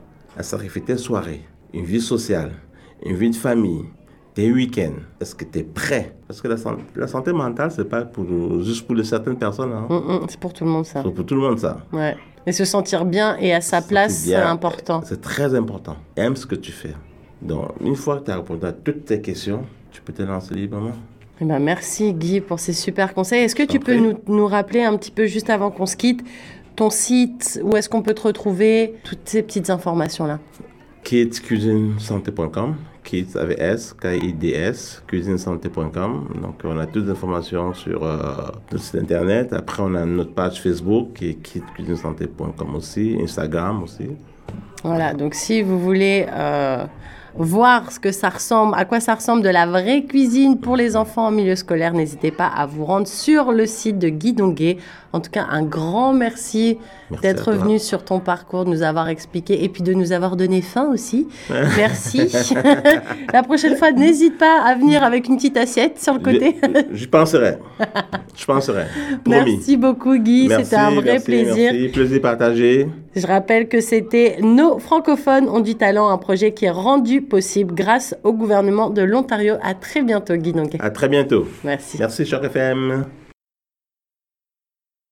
À sacrifier tes soirées, une vie sociale, une vie de famille, tes week-ends? Est-ce que tu es prêt? Parce que la santé, la santé mentale, ce n'est pas pour, juste pour les certaines personnes. Hein. Mm, mm, c'est pour tout le monde, ça. C'est pour tout le monde, ça. Ouais. Et se sentir bien et à sa place, c'est important. C'est très important. Aime ce que tu fais. Donc, une fois que tu as répondu à toutes tes questions, tu peux te lancer librement. Eh ben, merci Guy pour ces super conseils. Est-ce que tu peux nous, nous rappeler un petit peu, juste avant qu'on se quitte, ton site, où est-ce qu'on peut te retrouver, toutes ces petites informations-là? kids cuisine santé point com, Kids avec S, K I D S, cuisine santé point com. Donc, on a toutes les informations sur euh, notre site internet. Après, on a notre page Facebook qui est kids cuisine santé point com aussi, Instagram aussi. Voilà, donc si vous voulez euh, voir ce que ça ressemble, à quoi ça ressemble de la vraie cuisine pour les enfants en milieu scolaire, n'hésitez pas à vous rendre sur le site de Guy Dongué. En tout cas, un grand merci, merci d'être venu sur ton parcours, de nous avoir expliqué et puis de nous avoir donné faim aussi. Merci. La prochaine fois, n'hésite pas à venir avec une petite assiette sur le côté. J'y penserai. Je penserai. Promis. Merci beaucoup, Guy. Merci, c'était un vrai merci, plaisir. Merci, plaisir partagé. Je rappelle que c'était Nos francophones ont du talent, un projet qui est rendu possible grâce au gouvernement de l'Ontario. À très bientôt, Guy Dongué. À très bientôt. Merci. Merci, Choc F M.